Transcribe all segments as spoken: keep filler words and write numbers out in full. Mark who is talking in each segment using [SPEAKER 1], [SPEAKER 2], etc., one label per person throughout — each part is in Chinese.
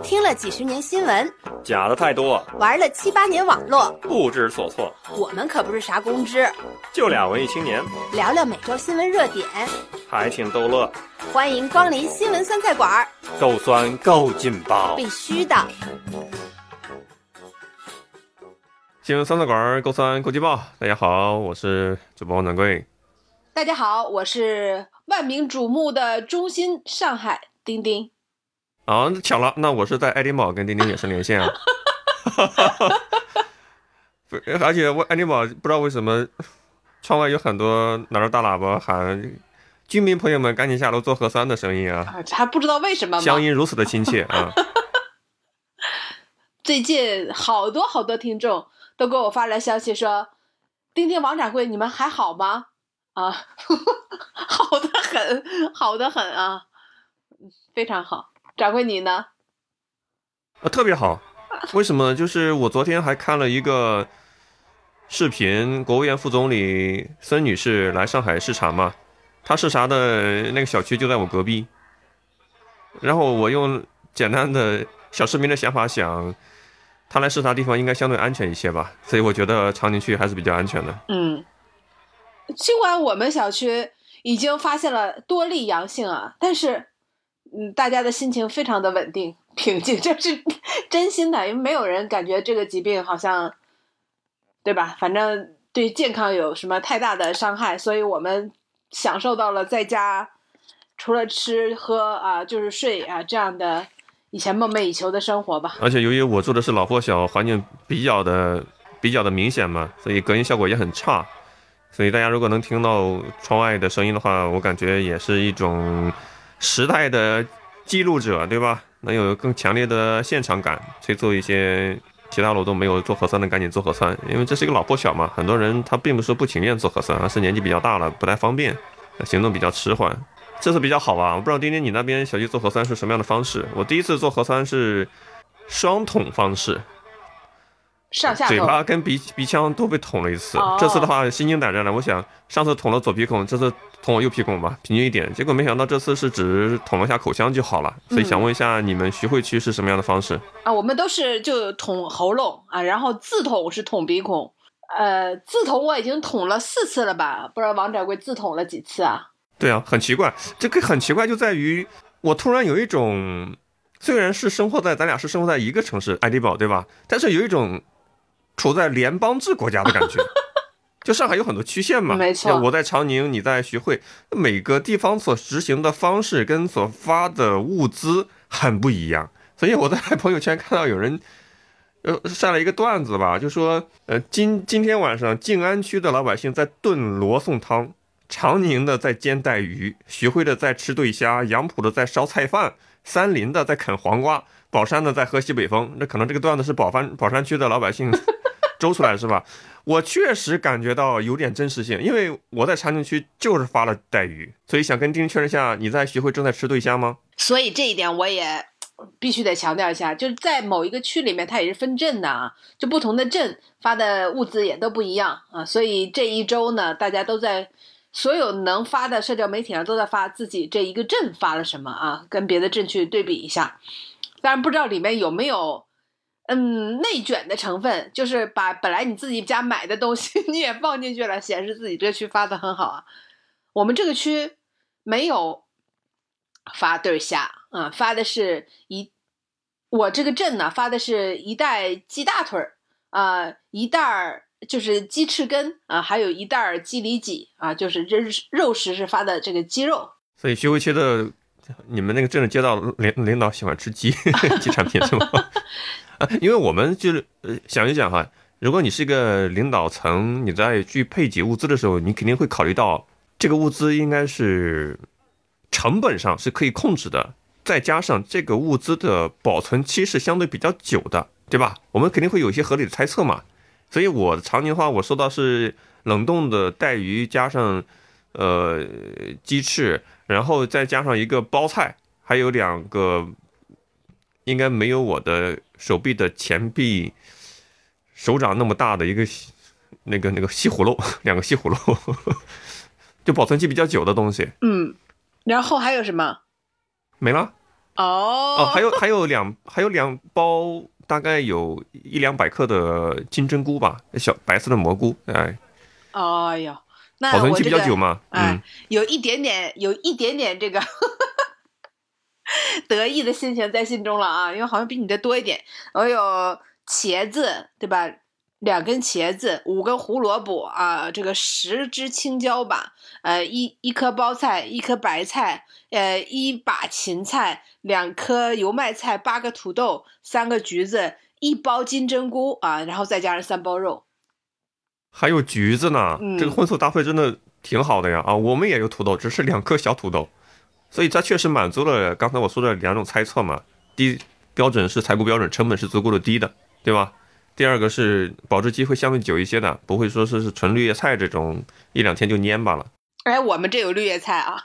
[SPEAKER 1] 听了几十年新闻，
[SPEAKER 2] 假的太多，
[SPEAKER 1] 玩了七八年网络，
[SPEAKER 2] 不知所措。
[SPEAKER 1] 我们可不是啥公知，
[SPEAKER 2] 就俩文艺青年，
[SPEAKER 1] 聊聊每周新闻热点，
[SPEAKER 2] 还挺逗乐。
[SPEAKER 1] 欢迎光临新闻酸菜馆，
[SPEAKER 2] 够酸够劲爆，
[SPEAKER 1] 必须的。
[SPEAKER 2] 新闻酸菜馆够酸够劲爆，大家好，我是主播王掌柜。
[SPEAKER 1] 大家好，我是万民瞩目的中心上海丁丁。
[SPEAKER 2] 啊，巧了，那我是在爱丁堡跟丁丁也是连线啊。而且我爱丁堡不知道为什么，窗外有很多拿着大喇叭喊“居民朋友们赶紧下楼做核酸”的声音啊，
[SPEAKER 1] 还不知道为什么吗？
[SPEAKER 2] 乡音如此的亲切啊！
[SPEAKER 1] 最近好多好多听众都给我发来消息说：“丁丁、王掌柜，你们还好吗？”啊，好的很，好的很啊，非常好。掌柜你呢？
[SPEAKER 2] 啊，特别好。为什么？就是我昨天还看了一个视频，国务院副总理孙女士来上海视察嘛，她视察的那个小区就在我隔壁。然后我用简单的小市民的想法想，她来视察地方应该相对安全一些吧，所以我觉得长宁区还是比较安全的。
[SPEAKER 1] 嗯，尽管我们小区已经发现了多例阳性啊，但是嗯，大家的心情非常的稳定平静，这是真心的，因为没有人感觉这个疾病好像，对吧？反正对健康有什么太大的伤害，所以我们享受到了在家除了吃喝啊就是睡啊这样的以前梦寐以求的生活吧。
[SPEAKER 2] 而且由于我住的是老破小，环境比较的比较的明显嘛，所以隔音效果也很差，所以大家如果能听到窗外的声音的话，我感觉也是一种时代的记录者，对吧？能有更强烈的现场感，催促一些其他楼都没有做核酸的赶紧做核酸，因为这是一个老破小嘛，很多人他并不是不情愿做核酸，而是年纪比较大了不太方便，行动比较迟缓。这次比较好吧，我不知道丁丁你那边小区做核酸是什么样的方式。我第一次做核酸是双筒方式，
[SPEAKER 1] 上下
[SPEAKER 2] 嘴巴跟鼻鼻腔都被捅了一次、
[SPEAKER 1] 哦、
[SPEAKER 2] 这次的话心惊胆战了，我想上次捅了左鼻孔，这次捅我右鼻孔吧，平均一点，结果没想到这次是只捅了下口腔就好了，所以想问一下你们徐汇区是什么样的方式、嗯、
[SPEAKER 1] 啊？我们都是就捅喉咙啊，然后自捅是捅鼻孔，呃，自捅我已经捅了四次了吧？不知道王掌柜自捅了几次啊？
[SPEAKER 2] 对啊，很奇怪，这个很奇怪就在于我突然有一种，虽然是生活在咱俩是生活在一个城市爱丁堡对吧，但是有一种处在联邦制国家的感觉。就上海有很多区县嘛，
[SPEAKER 1] 没错，
[SPEAKER 2] 我在长宁，你在徐汇，每个地方所执行的方式跟所发的物资很不一样，所以我在朋友圈看到有人呃晒了一个段子吧，就说呃今今天晚上静安区的老百姓在炖罗宋汤，长宁的在煎带鱼，徐汇的在吃对虾，杨浦的在烧菜饭，三林的在啃黄瓜，宝山的在喝西北风。这可能这个段子是宝山宝山区的老百姓周出来是吧？我确实感觉到有点真实性，因为我在长宁区就是发了带鱼，所以想跟丁丁确认一下，你在徐汇正在吃对虾吗？
[SPEAKER 1] 所以这一点我也必须得强调一下，就是在某一个区里面它也是分镇的啊，就不同的镇发的物资也都不一样啊，所以这一周呢，大家都在所有能发的社交媒体上都在发自己这一个镇发了什么啊，跟别的镇去对比一下。当然不知道里面有没有嗯内卷的成分，就是把本来你自己家买的东西你也放进去了，显示自己这个区发的很好啊。我们这个区没有发对虾啊，发的是一我这个镇呢发的是一袋鸡大腿啊、呃，一袋就是鸡翅根啊，还有一袋鸡里脊啊，就是这肉食是发的这个鸡肉。
[SPEAKER 2] 所以徐汇区的你们那个镇的街道领领导喜欢吃鸡鸡产品是吗？因为我们就是呃想一想哈，如果你是一个领导层，你在去配给物资的时候，你肯定会考虑到这个物资应该是成本上是可以控制的，再加上这个物资的保存期是相对比较久的，对吧？我们肯定会有一些合理的猜测嘛。所以我的长宁话我收到是冷冻的带鱼加上呃鸡翅，然后再加上一个包菜，还有两个应该没有我的手臂的前臂手掌那么大的一个那个那个西葫芦，两个西葫芦，就保存期比较久的东西。
[SPEAKER 1] 嗯，然后还有什么？
[SPEAKER 2] 没了。
[SPEAKER 1] 哦
[SPEAKER 2] 哦，还有还有两还有两包大概有一两百克的金针菇吧，小白色的蘑菇，哎，
[SPEAKER 1] 哎呦，那
[SPEAKER 2] 保存期比
[SPEAKER 1] 我这个
[SPEAKER 2] 较久嘛，
[SPEAKER 1] 哎、
[SPEAKER 2] 嗯，
[SPEAKER 1] 有一点点有一点点这个得意的心情在心中了啊，因为好像比你的多一点。我有茄子，对吧？两根茄子，五根胡萝卜啊，这个十只青椒吧，呃，一一颗包菜，一颗白菜，呃，一把芹菜，两颗油麦菜，八个土豆，三个橘子，一包金针菇啊，然后再加上三包肉。
[SPEAKER 2] 还有橘子呢，
[SPEAKER 1] 嗯，
[SPEAKER 2] 这个荤素搭配真的挺好的呀啊！我们也有土豆，只是两颗小土豆，所以它确实满足了刚才我说的两种猜测嘛。第一标准是采购标准，成本是足够的低的，对吧？第二个是保质期会相对久一些的，不会说是是纯绿叶菜这种一两天就蔫巴了。
[SPEAKER 1] 哎，我们这有绿叶菜啊，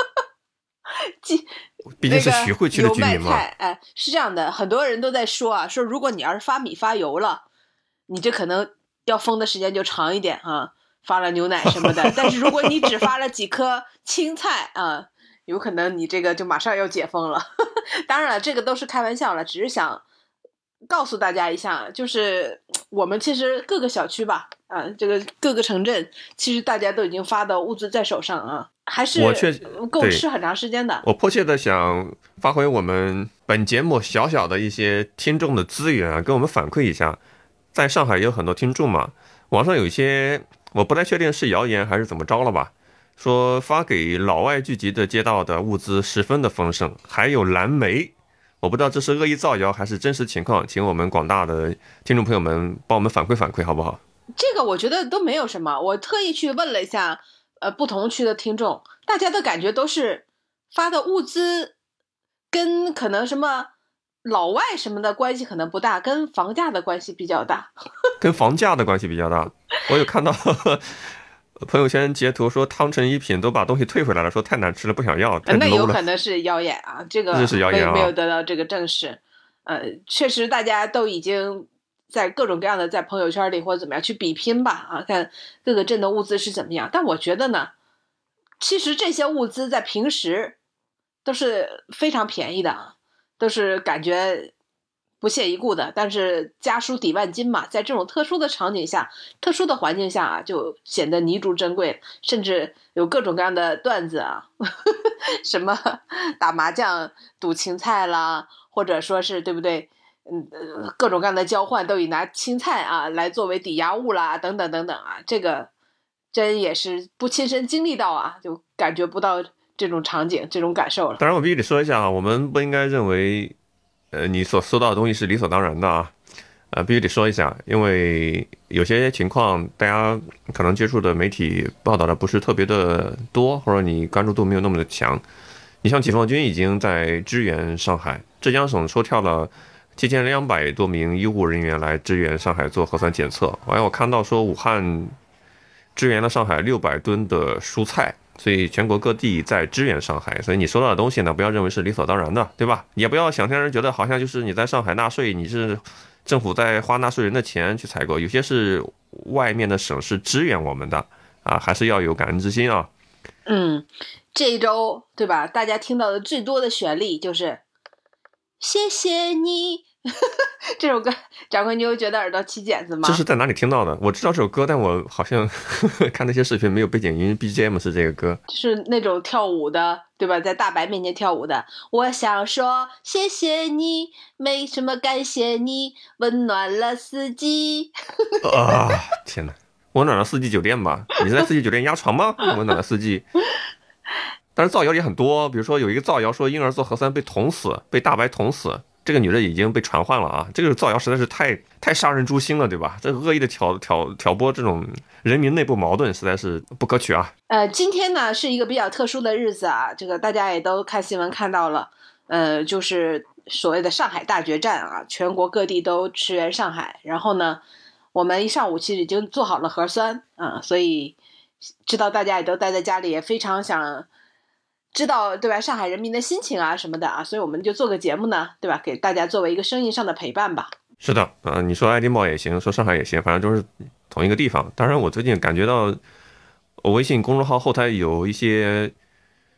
[SPEAKER 2] 毕竟是徐汇区的居民嘛。
[SPEAKER 1] 那个油麦菜，哎，是这样的，很多人都在说啊，说如果你要是发米发油了，你这可能要封的时间就长一点啊，发了牛奶什么的。但是如果你只发了几颗青菜啊，有可能你这个就马上要解封了。当然了，这个都是开玩笑了，只是想告诉大家一下，就是我们其实各个小区吧，啊，这个各个城镇，其实大家都已经发的物资在手上啊，还是
[SPEAKER 2] 我确
[SPEAKER 1] 够吃很长时间的。
[SPEAKER 2] 我迫切的想发挥我们本节目小小的一些听众的资源啊，跟我们反馈一下。在上海也有很多听众嘛，网上有一些我不太确定是谣言还是怎么着了吧，说发给老外聚集的街道的物资十分的丰盛，还有蓝莓。我不知道这是恶意造谣还是真实情况，请我们广大的听众朋友们帮我们反馈反馈好不好？
[SPEAKER 1] 这个我觉得都没有什么，我特意去问了一下，呃，不同区的听众，大家的感觉都是发的物资跟可能什么老外什么的关系可能不大，跟房价的关系比较大。
[SPEAKER 2] 跟房价的关系比较大。我有看到呵呵朋友圈截图说汤臣一品都把东西退回来了，说太难吃了，不想要，太 low 了。
[SPEAKER 1] 那有可能是谣言啊，这个
[SPEAKER 2] 这是谣言啊，
[SPEAKER 1] 没有得到这个证实。呃，确实大家都已经在各种各样的在朋友圈里或者怎么样去比拼吧，啊，看各个镇的物资是怎么样。但我觉得呢，其实这些物资在平时都是非常便宜的，都是感觉不屑一顾的，但是家书抵万金嘛，在这种特殊的场景下、特殊的环境下啊，就显得弥足珍贵，甚至有各种各样的段子啊，呵呵什么打麻将赌青菜啦，或者说是对不对？嗯，各种各样的交换都以拿青菜啊来作为抵押物啦，等等等等啊，这个真也是不亲身经历到啊，就感觉不到这种场景、这种感受了。
[SPEAKER 2] 当然，我必须得说一下啊，我们不应该认为。呃，你所收到的东西是理所当然的啊，呃，必须得说一下，因为有些情况大家可能接触的媒体报道的不是特别的多，或者你关注度没有那么的强。你像解放军已经在支援上海，浙江省抽调了七千两百多名医护人员来支援上海做核酸检测。完，我看到说武汉支援了上海六百吨的蔬菜。所以全国各地在支援上海，所以你收到的东西呢，不要认为是理所当然的，对吧？也不要想象人觉得好像就是你在上海纳税，你是政府在花纳税人的钱去采购，有些是外面的省市支援我们的啊，还是要有感恩之心啊。
[SPEAKER 1] 嗯，这一周对吧？大家听到的最多的旋律就是谢谢你。这首歌，掌柜，你有觉得耳朵起茧子吗？
[SPEAKER 2] 这是在哪里听到的？我知道这首歌，但我好像呵呵看那些视频没有背景音 B G M 是这个歌，
[SPEAKER 1] 就是那种跳舞的，对吧？在大白面前跳舞的。我想说谢谢你，没什么感谢你，温暖了四季。
[SPEAKER 2] 啊，天哪！温暖了四季酒店吧？你是在四季酒店压床吗？温暖了四季。但是造谣也很多，比如说有一个造谣说婴儿做核酸被捅死，被大白捅死。这个女的已经被传唤了啊！这个造谣实在是太太杀人诛心了，对吧？这恶意的挑挑挑拨这种人民内部矛盾，实在是不可取啊！
[SPEAKER 1] 呃，今天呢是一个比较特殊的日子啊，这个大家也都看新闻看到了，呃，就是所谓的上海大决战啊，全国各地都驰援上海。然后呢，我们一上午其实已经做好了核酸啊，所以知道大家也都待在家里，也非常想知道对吧上海人民的心情啊什么的啊，所以我们就做个节目呢，对吧？给大家作为一个声音上的陪伴吧。
[SPEAKER 2] 是的，啊、呃，你说爱丁堡也行，说上海也行，反正都是同一个地方。当然，我最近感觉到我微信公众号后台有一些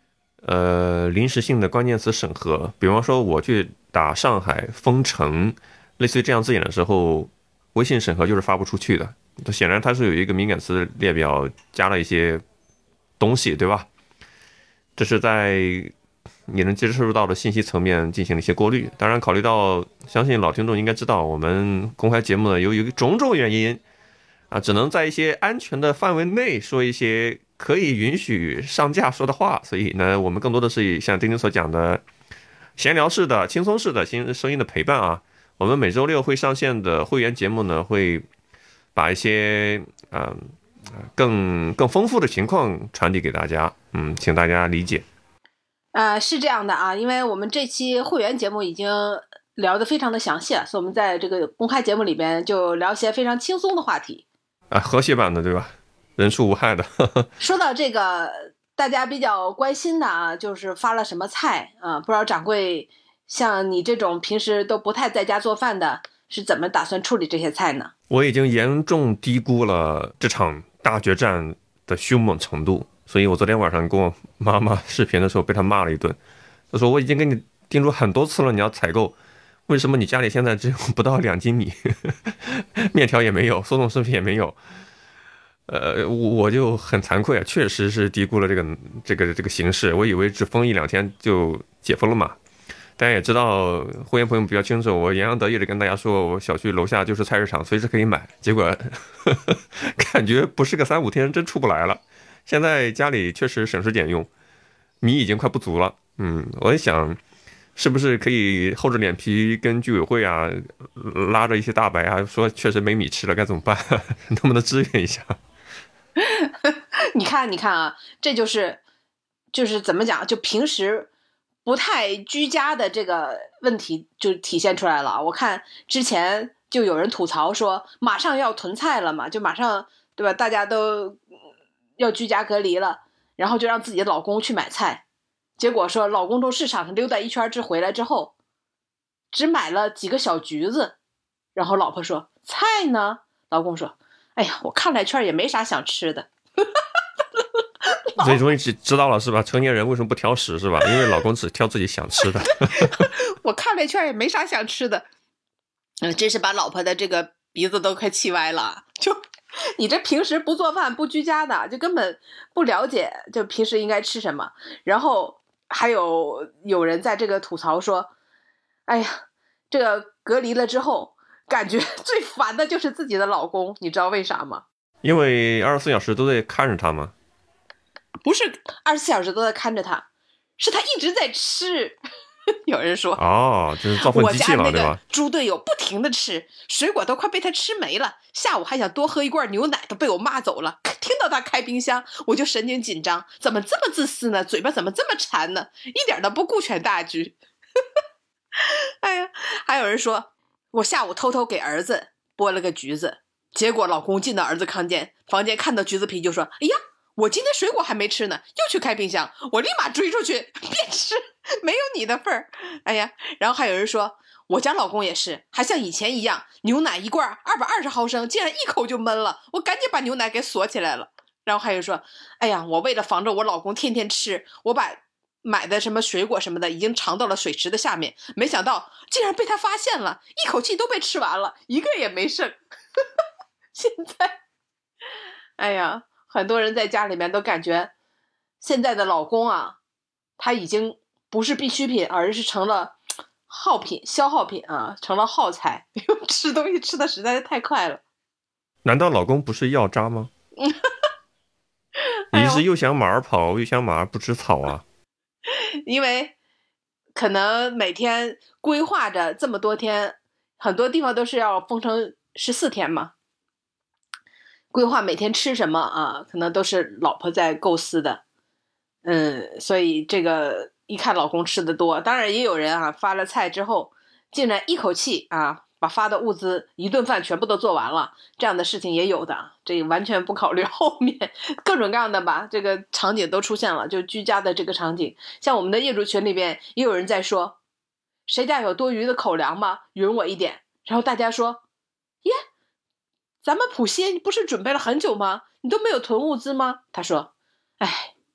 [SPEAKER 2] 呃临时性的关键词审核，比方说我去打上海封城，类似于这样字眼的时候，微信审核就是发不出去的。显然它是有一个敏感词列表加了一些东西，对吧？这是在你能接触到的信息层面进行了一些过滤。当然，考虑到相信老听众应该知道，我们公开节目呢，由于种种原因啊，只能在一些安全的范围内说一些可以允许上架说的话，所以呢，我们更多的是以像丁丁所讲的闲聊式的、轻松式的新声音的陪伴啊。我们每周六会上线的会员节目呢，会把一些嗯、呃、更更丰富的情况传递给大家，嗯，请大家理解。
[SPEAKER 1] 呃，是这样的啊，因为我们这期会员节目已经聊得非常的详细了，所以我们在这个公开节目里边就聊一些非常轻松的话题
[SPEAKER 2] 啊，和谐版的对吧？人畜无害的。
[SPEAKER 1] 说到这个，大家比较关心的啊，就是发了什么菜啊？不知道掌柜像你这种平时都不太在家做饭的，是怎么打算处理这些菜呢？
[SPEAKER 2] 我已经严重低估了这场大决战的凶猛程度，所以我昨天晚上跟我妈妈视频的时候被她骂了一顿。她说我已经跟你叮嘱很多次了，你要采购，为什么你家里现在只有不到两斤米，面条也没有，速冻食品也没有？呃，我就很惭愧啊，确实是低估了这个这个这个形势。我以为只封一两天就解封了嘛。大家也知道，会员朋友比较清楚，我洋洋得意的跟大家说，我小区楼下就是菜市场，随时可以买。结果呵呵感觉不是个三五天真出不来了。现在家里确实省吃俭用，米已经快不足了。嗯，我也想，是不是可以厚着脸皮跟居委会啊，拉着一些大白啊，说确实没米吃了，该怎么办？能不能支援一下？
[SPEAKER 1] 你看，你看啊，这就是就是怎么讲，就平时不太居家的这个问题就体现出来了。我看之前就有人吐槽说，马上要囤菜了嘛，就马上对吧？大家都要居家隔离了，然后就让自己的老公去买菜，结果说老公从市场上溜达一圈之回来之后，只买了几个小橘子，然后老婆说菜呢？老公说，哎呀，我看了一圈也没啥想吃的。
[SPEAKER 2] 所以终于知道了是吧？成年人为什么不挑食是吧？因为老公只挑自己想吃的。
[SPEAKER 1] 我看了一圈也没啥想吃的，嗯，真是把老婆的这个鼻子都快气歪了。就你这平时不做饭不居家的，就根本不了解就平时应该吃什么。然后还有有人在这个吐槽说，哎呀，这个隔离了之后，感觉最烦的就是自己的老公，你知道为啥吗？
[SPEAKER 2] 因为二十四小时都在看着他吗？
[SPEAKER 1] 不是二十四小时都在看着他，是他一直在吃。有人说
[SPEAKER 2] 哦，就是造粪机器了，对吧？
[SPEAKER 1] 猪队友不停的吃水果，都快被他吃没了。下午还想多喝一罐牛奶，都被我骂走了。听到他开冰箱，我就神经紧张，怎么这么自私呢？嘴巴怎么这么馋呢？一点都不顾全大局。哎呀，还有人说我下午偷偷给儿子剥了个橘子，结果老公进到儿子房间房间看到橘子皮就说，哎呀，我今天水果还没吃呢，又去开冰箱，我立马追出去，别吃，没有你的份儿。哎呀，然后还有人说，我家老公也是，还像以前一样，牛奶一罐二百二十毫升，竟然一口就闷了，我赶紧把牛奶给锁起来了。然后还有说，哎呀，我为了防着我老公天天吃，我把买的什么水果什么的已经藏到了水池的下面，没想到竟然被他发现了，一口气都被吃完了，一个也没剩。现在，哎呀，很多人在家里面都感觉现在的老公啊，他已经不是必需品，而是成了耗品、消耗品啊，成了耗材。吃东西吃的实在是太快了。
[SPEAKER 2] 难道老公不是药渣吗？你是又想马儿跑，又想马儿不吃草啊？
[SPEAKER 1] 因为可能每天规划着这么多天，很多地方都是要封城十四天嘛，规划每天吃什么啊，可能都是老婆在构思的。嗯，所以这个一看老公吃的多，当然也有人啊发了菜之后，竟然一口气啊把发的物资一顿饭全部都做完了，这样的事情也有的。这完全不考虑后面各种各样的吧，这个场景都出现了，就居家的这个场景。像我们的业主群里边也有人在说，谁家有多余的口粮吗？匀我一点。然后大家说，耶，咱们普西不是准备了很久吗？你都没有囤物资吗？他说，哎，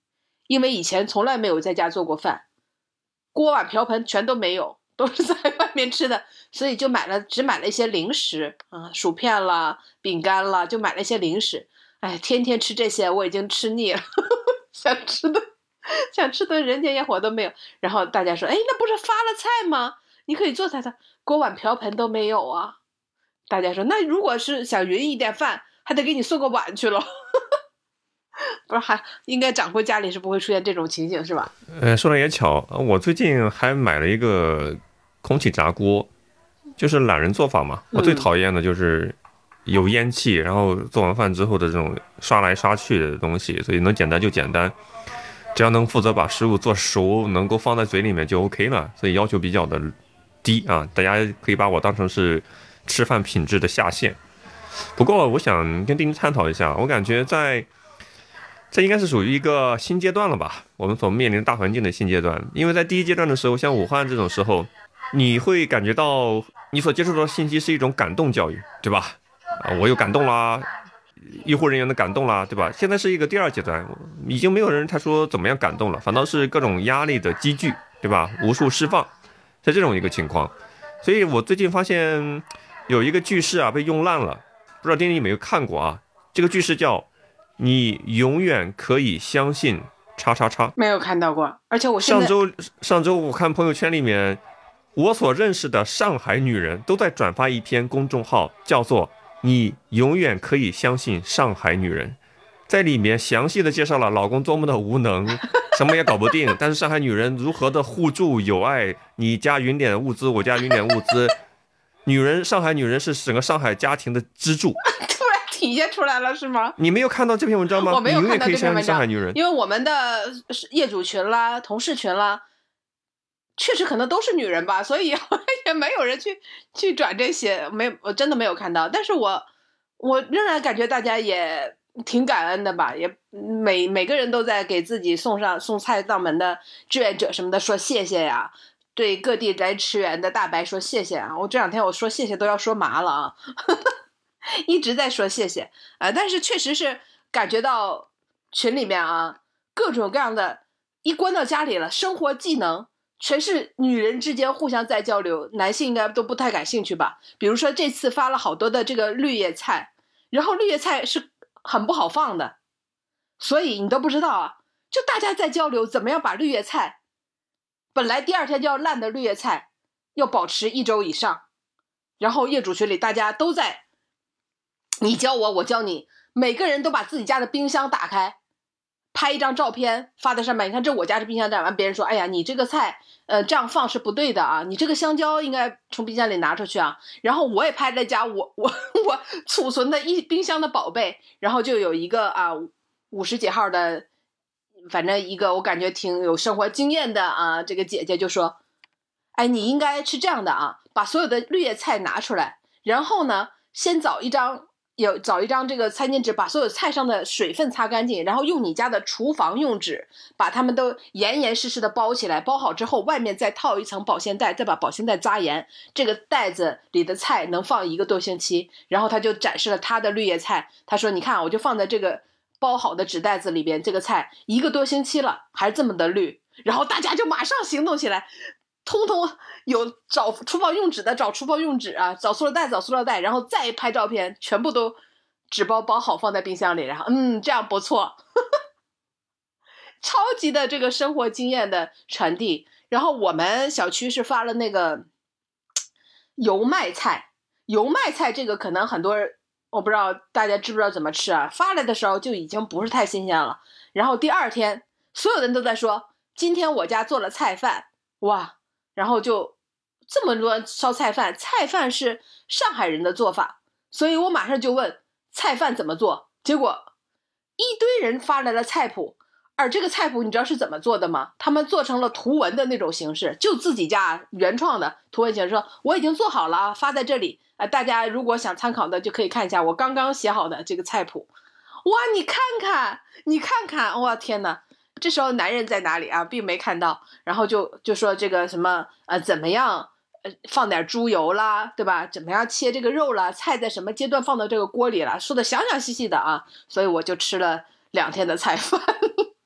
[SPEAKER 1] 因为以前从来没有在家做过饭，锅碗瓢盆全都没有，都是在外面吃的，所以就买了只买了一些零食啊、嗯，薯片啦、饼干啦，就买了一些零食。哎，天天吃这些，我已经吃腻了，想吃的想吃顿人间烟火都没有。然后大家说，哎，那不是发了菜吗？你可以做菜的，锅碗瓢盆都没有啊。大家说，那如果是想匀一点饭，还得给你送个碗去了。不是，还应该掌柜家里是不会出现这种情形，是吧？
[SPEAKER 2] 呃，说来也巧，我最近还买了一个空气炸锅，就是懒人做法嘛。我最讨厌的就是有烟气，然后做完饭之后的这种刷来刷去的东西，所以能简单就简单，只要能负责把食物做熟，能够放在嘴里面就 OK 了，所以要求比较的低啊。大家可以把我当成是吃饭品质的下限。不过我想跟丁丁探讨一下，我感觉在这应该是属于一个新阶段了吧，我们所面临大环境的新阶段。因为在第一阶段的时候，像武汉这种时候，你会感觉到你所接触到的信息是一种感动教育，对吧？啊，我有感动啦，医护人员的感动啦，对吧？现在是一个第二阶段，已经没有人他说怎么样感动了，反倒是各种压力的积聚，对吧？无数释放，是这种一个情况。所以我最近发现有一个句式啊被用烂了，不知道丁丁有没有看过啊？这个句式叫你永远可以相信叉叉叉。
[SPEAKER 1] 没有看到过，而且我现在
[SPEAKER 2] 上周上周我看朋友圈里面，我所认识的上海女人都在转发一篇公众号，叫做你永远可以相信上海女人，在里面详细的介绍了老公多么的无能，什么也搞不定，但是上海女人如何的互助友爱，你家匀点物资，我家匀点物资，女人上海女人是整个上海家庭的支柱。
[SPEAKER 1] 突然体现出来了是吗？
[SPEAKER 2] 你没有看到这篇文章吗？
[SPEAKER 1] 我没有看到这篇文章，
[SPEAKER 2] 上海女人，
[SPEAKER 1] 因为我们的业主群啦、同事群啦，确实可能都是女人吧，所以也没有人去去转这些，没，我真的没有看到。但是我我仍然感觉大家也挺感恩的吧，也每每个人都在给自己送上送菜上门的志愿者什么的说谢谢呀，对各地来驰援的大白说谢谢啊。我这两天我说谢谢都要说麻了啊。一直在说谢谢啊、呃，但是确实是感觉到群里面啊，各种各样的，一关到家里了，生活技能全是女人之间互相在交流，男性应该都不太感兴趣吧。比如说这次发了好多的这个绿叶菜，然后绿叶菜是很不好放的，所以你都不知道啊，就大家在交流怎么样把绿叶菜，本来第二天就要烂的绿叶菜，要保持一周以上，然后业主群里大家都在。你教我，我教你，每个人都把自己家的冰箱打开，拍一张照片发在上面。你看，这我家是冰箱站，完别人说，哎呀，你这个菜，呃，这样放是不对的啊，你这个香蕉应该从冰箱里拿出去啊。然后我也拍了家我我我储存的一冰箱的宝贝，然后就有一个啊五十几号的，反正一个我感觉挺有生活经验的啊，这个姐姐就说，哎，你应该是这样的啊，把所有的绿叶菜拿出来，然后呢，先找一张。有找一张这个餐巾纸，把所有菜上的水分擦干净，然后用你家的厨房用纸把它们都严严实实的包起来，包好之后外面再套一层保鲜袋，再把保鲜袋扎严，这个袋子里的菜能放一个多星期。然后他就展示了他的绿叶菜，他说你看我就放在这个包好的纸袋子里边，这个菜一个多星期了还这么的绿，然后大家就马上行动起来，通通有找厨房用纸的找厨房用纸啊，找塑料袋找塑料袋，然后再拍照片，全部都纸包包好放在冰箱里，然后嗯，这样不错。超级的这个生活经验的传递。然后我们小区是发了那个油麦菜，油麦菜这个可能很多人我不知道大家知不知道怎么吃啊，发来的时候就已经不是太新鲜了，然后第二天所有人都在说今天我家做了菜饭，哇，然后就这么多烧菜饭，菜饭是上海人的做法，所以我马上就问菜饭怎么做，结果一堆人发来了菜谱，而这个菜谱你知道是怎么做的吗？他们做成了图文的那种形式，就自己家原创的图文形式，说我已经做好了发在这里、呃、大家如果想参考的就可以看一下我刚刚写好的这个菜谱。哇，你看看你看看，哇天哪，这时候男人在哪里啊，并没看到，然后就就说这个什么呃怎么样呃放点猪油啦，对吧，怎么样切这个肉啦，菜在什么阶段放到这个锅里了，说的详详细细的啊，所以我就吃了两天的菜饭。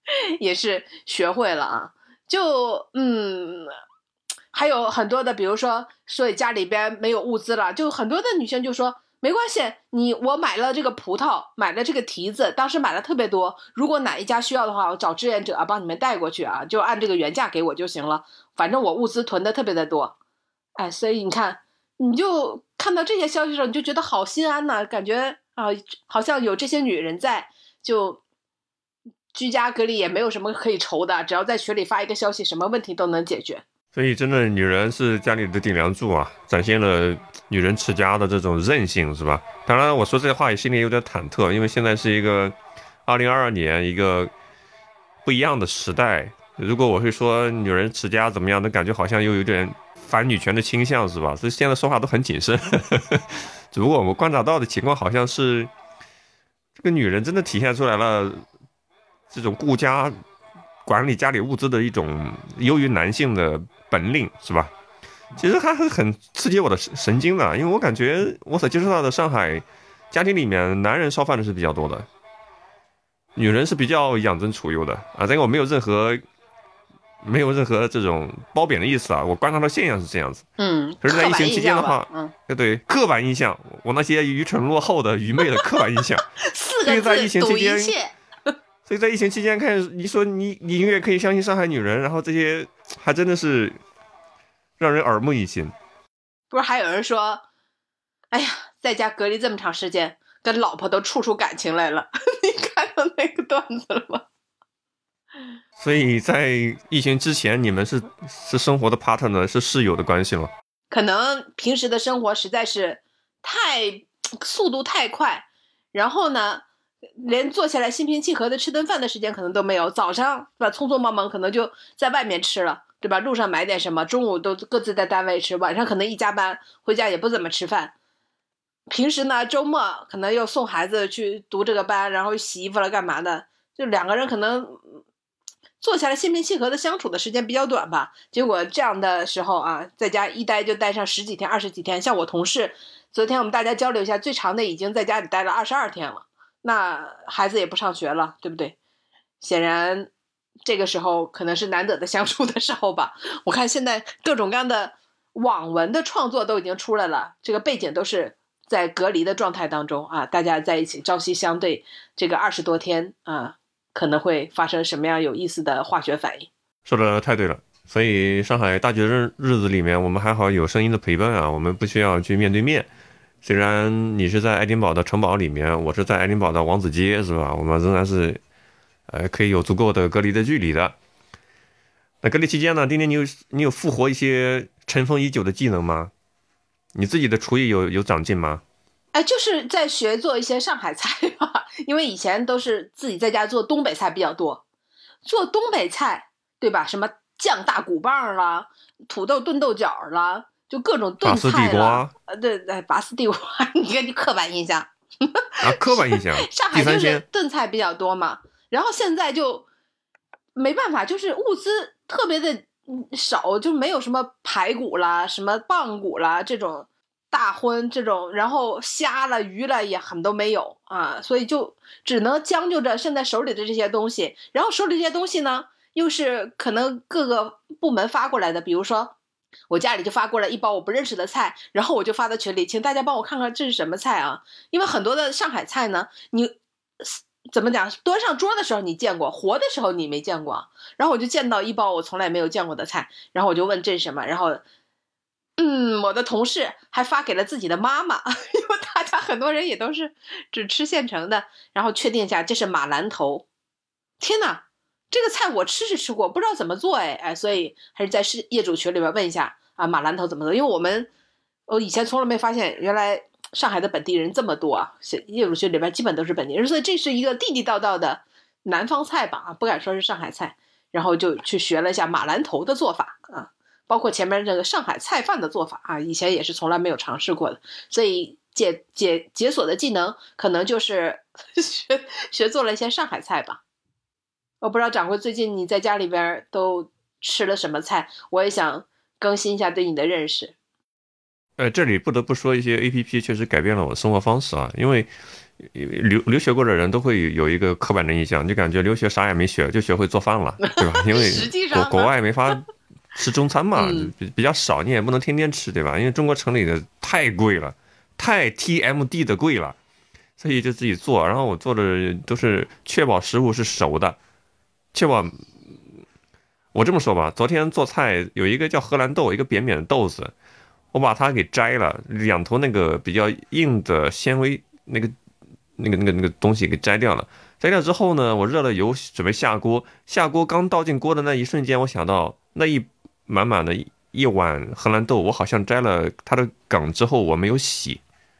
[SPEAKER 1] 也是学会了啊。就嗯，还有很多的，比如说，所以家里边没有物资了，就很多的女生就说没关系，你我买了这个葡萄，买了这个提子，当时买了特别多，如果哪一家需要的话，我找志愿者啊帮你们带过去啊，就按这个原价给我就行了，反正我物资囤的特别的多。哎，所以你看，你就看到这些消息的时候，你就觉得好心安呐、感觉啊、好像有这些女人在，就居家隔离也没有什么可以愁的，只要在群里发一个消息，什么问题都能解决。
[SPEAKER 2] 所以真的女人是家里的顶梁柱啊，展现了女人持家的这种韧性，是吧？当然我说这话也心里有点忐忑，因为现在是一个二零二二年，一个不一样的时代。如果我会说女人持家怎么样，那感觉好像又有点反女权的倾向，是吧？所以现在说话都很谨慎。只不过我们观察到的情况好像是，这个女人真的体现出来了这种顾家管理家里物资的一种优于男性的本领，是吧？其实还是很刺激我的神经的，因为我感觉我所接触到的上海家庭里面，男人烧饭的是比较多的，女人是比较养尊处优的啊。这个我没有任何没有任何这种褒贬的意思啊，我观察到现象是这样子。
[SPEAKER 1] 嗯，
[SPEAKER 2] 可是，在疫情期间的话，
[SPEAKER 1] 嗯，
[SPEAKER 2] 对刻板印象，我那些愚蠢落后的愚昧的刻板印象，
[SPEAKER 1] 四个字堵一切。
[SPEAKER 2] 所以在疫情期间看，你说你你永远可以相信上海女人，然后这些还真的是让人耳目一新。
[SPEAKER 1] 不是还有人说，哎呀，在家隔离这么长时间，跟老婆都处出感情来了。你看到那个段子了吗？
[SPEAKER 2] 所以在疫情之前，你们是是生活的 partner， 是室友的关系吗？
[SPEAKER 1] 可能平时的生活实在是太速度太快，然后呢，连坐下来心平气和的吃顿饭的时间可能都没有。早上吧，匆匆忙忙可能就在外面吃了，对吧？路上买点什么，中午都各自在单位吃，晚上可能一加班回家也不怎么吃饭。平时呢，周末可能又送孩子去读这个班，然后洗衣服了干嘛的，就两个人可能坐下来心平气和的相处的时间比较短吧。结果这样的时候啊，在家一待就待上十几天、二十几天。像我同事，昨天我们大家交流一下，最长的已经在家里待了二十二天了。那孩子也不上学了，对不对？显然这个时候可能是难得的相处的时候吧。我看现在各种各样的网文的创作都已经出来了，这个背景都是在隔离的状态当中啊，大家在一起朝夕相对，这个二十多天啊，可能会发生什么样有意思的化学反应。
[SPEAKER 2] 说的太对了。所以上海大节日日子里面，我们还好有声音的陪伴啊，我们不需要去面对面。虽然你是在爱丁堡的城堡里面，我是在爱丁堡的王子街，是吧？我们仍然是呃可以有足够的隔离的距离的。那隔离期间呢，丁丁，你有你有复活一些尘封已久的技能吗？你自己的厨艺有有长进吗？
[SPEAKER 1] 哎，就是在学做一些上海菜吧，因为以前都是自己在家做东北菜比较多，做东北菜，对吧？什么酱大骨棒啦，土豆炖豆角啦，就各种炖菜了。呃，对对，拔丝地瓜，你看你刻板印象
[SPEAKER 2] 啊，刻板印象。
[SPEAKER 1] 上海就是炖菜比较多嘛，然后现在就没办法，就是物资特别的少，就没有什么排骨啦、什么棒骨啦这种大荤这种，然后虾了、鱼了也很都没有啊，所以就只能将就着现在手里的这些东西，然后手里这些东西呢，又是可能各个部门发过来的，比如说我家里就发过来一包我不认识的菜，然后我就发到群里，请大家帮我看看这是什么菜啊？因为很多的上海菜呢，你怎么讲，端上桌的时候你见过，活的时候你没见过。然后我就见到一包我从来没有见过的菜，然后我就问这是什么，然后嗯，我的同事还发给了自己的妈妈，因为大家很多人也都是只吃现成的，然后确定一下这是马兰头。天哪，这个菜我吃是吃过，不知道怎么做哎哎，所以还是在业主群里边问一下啊，马兰头怎么做？因为我们我以前从来没发现原来上海的本地人这么多啊，业主群里边基本都是本地人，所以这是一个地地道道的南方菜吧啊，不敢说是上海菜，然后就去学了一下马兰头的做法啊，包括前面这个上海菜饭的做法啊，以前也是从来没有尝试过的，所以解解解锁的技能可能就是学学做了一些上海菜吧。我不知道掌柜最近你在家里边都吃了什么菜，我也想更新一下对你的认识。
[SPEAKER 2] 呃，这里不得不说一些 A P P 确实改变了我的生活方式啊，因为留留学过的人都会有一个刻板的印象，就感觉留学啥也没学，就学会做饭了，对吧？因为国国外没法吃中餐嘛，
[SPEAKER 1] 嗯、
[SPEAKER 2] 比比较少，你也不能天天吃，对吧？因为中国城里的太贵了，太 T M D 的贵了，所以就自己做。然后我做的都是确保食物是熟的，确保。我这么说吧，昨天做菜有一个叫荷兰豆，一个扁扁的豆子，我把它给摘了，两头那个比较硬的纤维那个那个那个那个东西给摘掉了。摘掉之后呢，我热了油准备下锅，下锅刚倒进锅的那一瞬间，我想到那一满满的一碗荷兰豆，我好像摘了它的梗之后我没有洗，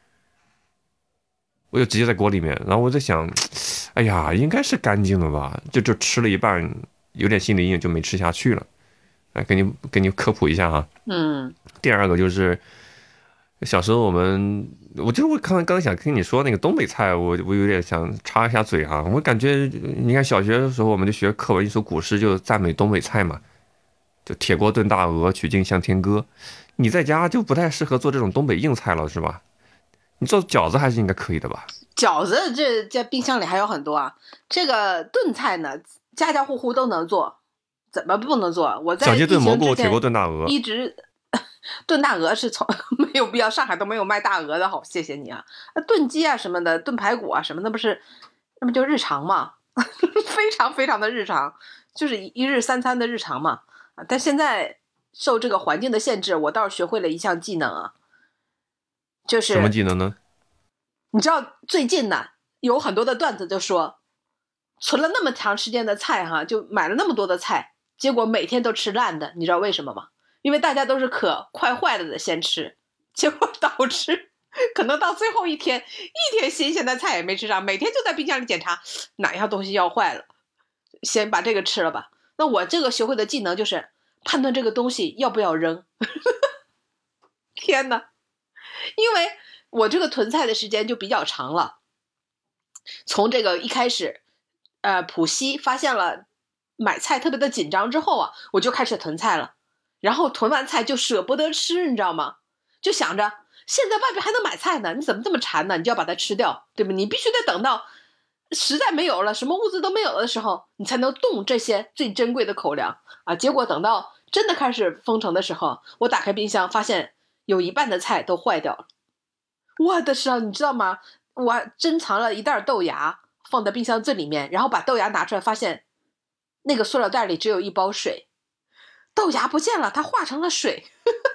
[SPEAKER 2] 我就直接在锅里面，然后我在想，哎呀，应该是干净的吧，就就吃了一半。有点心理阴影就没吃下去了，来给你给你科普一下哈。
[SPEAKER 1] 嗯，
[SPEAKER 2] 第二个就是小时候我们，我就是我刚刚想跟你说那个东北菜，我我有点想插一下嘴哈。我感觉你看小学的时候我们就学课文一首古诗，就赞美东北菜嘛，就铁锅炖大鹅，曲径向天歌。你在家就不太适合做这种东北硬菜了，是吧？你做饺子还是应该可以的吧？
[SPEAKER 1] 饺子这这冰箱里还有很多啊。这个炖菜呢，家家户户都能做，怎么不能做？我在
[SPEAKER 2] 小鸡炖蘑菇，铁锅炖大鹅，
[SPEAKER 1] 一直炖大鹅是从没有必要，上海都没有卖大鹅的，好，谢谢你啊。炖鸡啊什么的，炖排骨啊什么的，不是那不就日常嘛，非常非常的日常，就是一日三餐的日常嘛。但现在受这个环境的限制，我倒是学会了一项技能啊，就是
[SPEAKER 2] 什么技能呢？
[SPEAKER 1] 你知道最近呢有很多的段子就说。存了那么长时间的菜哈，就买了那么多的菜，结果每天都吃烂的，你知道为什么吗？因为大家都是可快坏了的先吃，结果导致可能到最后一天，一天新鲜的菜也没吃上，每天就在冰箱里检查哪样东西要坏了，先把这个吃了吧。那我这个学会的技能就是判断这个东西要不要扔。天哪，因为我这个囤菜的时间就比较长了，从这个一开始呃，浦西发现了买菜特别的紧张之后啊，我就开始囤菜了。然后囤完菜就舍不得吃，你知道吗？就想着现在外边还能买菜呢，你怎么这么馋呢？你就要把它吃掉，对吧？你必须得等到实在没有了，什么物资都没有了的时候，你才能动这些最珍贵的口粮啊。结果等到真的开始封城的时候，我打开冰箱，发现有一半的菜都坏掉了。我的时候，你知道吗？我珍藏了一袋豆芽。放在冰箱最里面，然后把豆芽拿出来，发现那个塑料袋里只有一包水，豆芽不见了，它化成了水。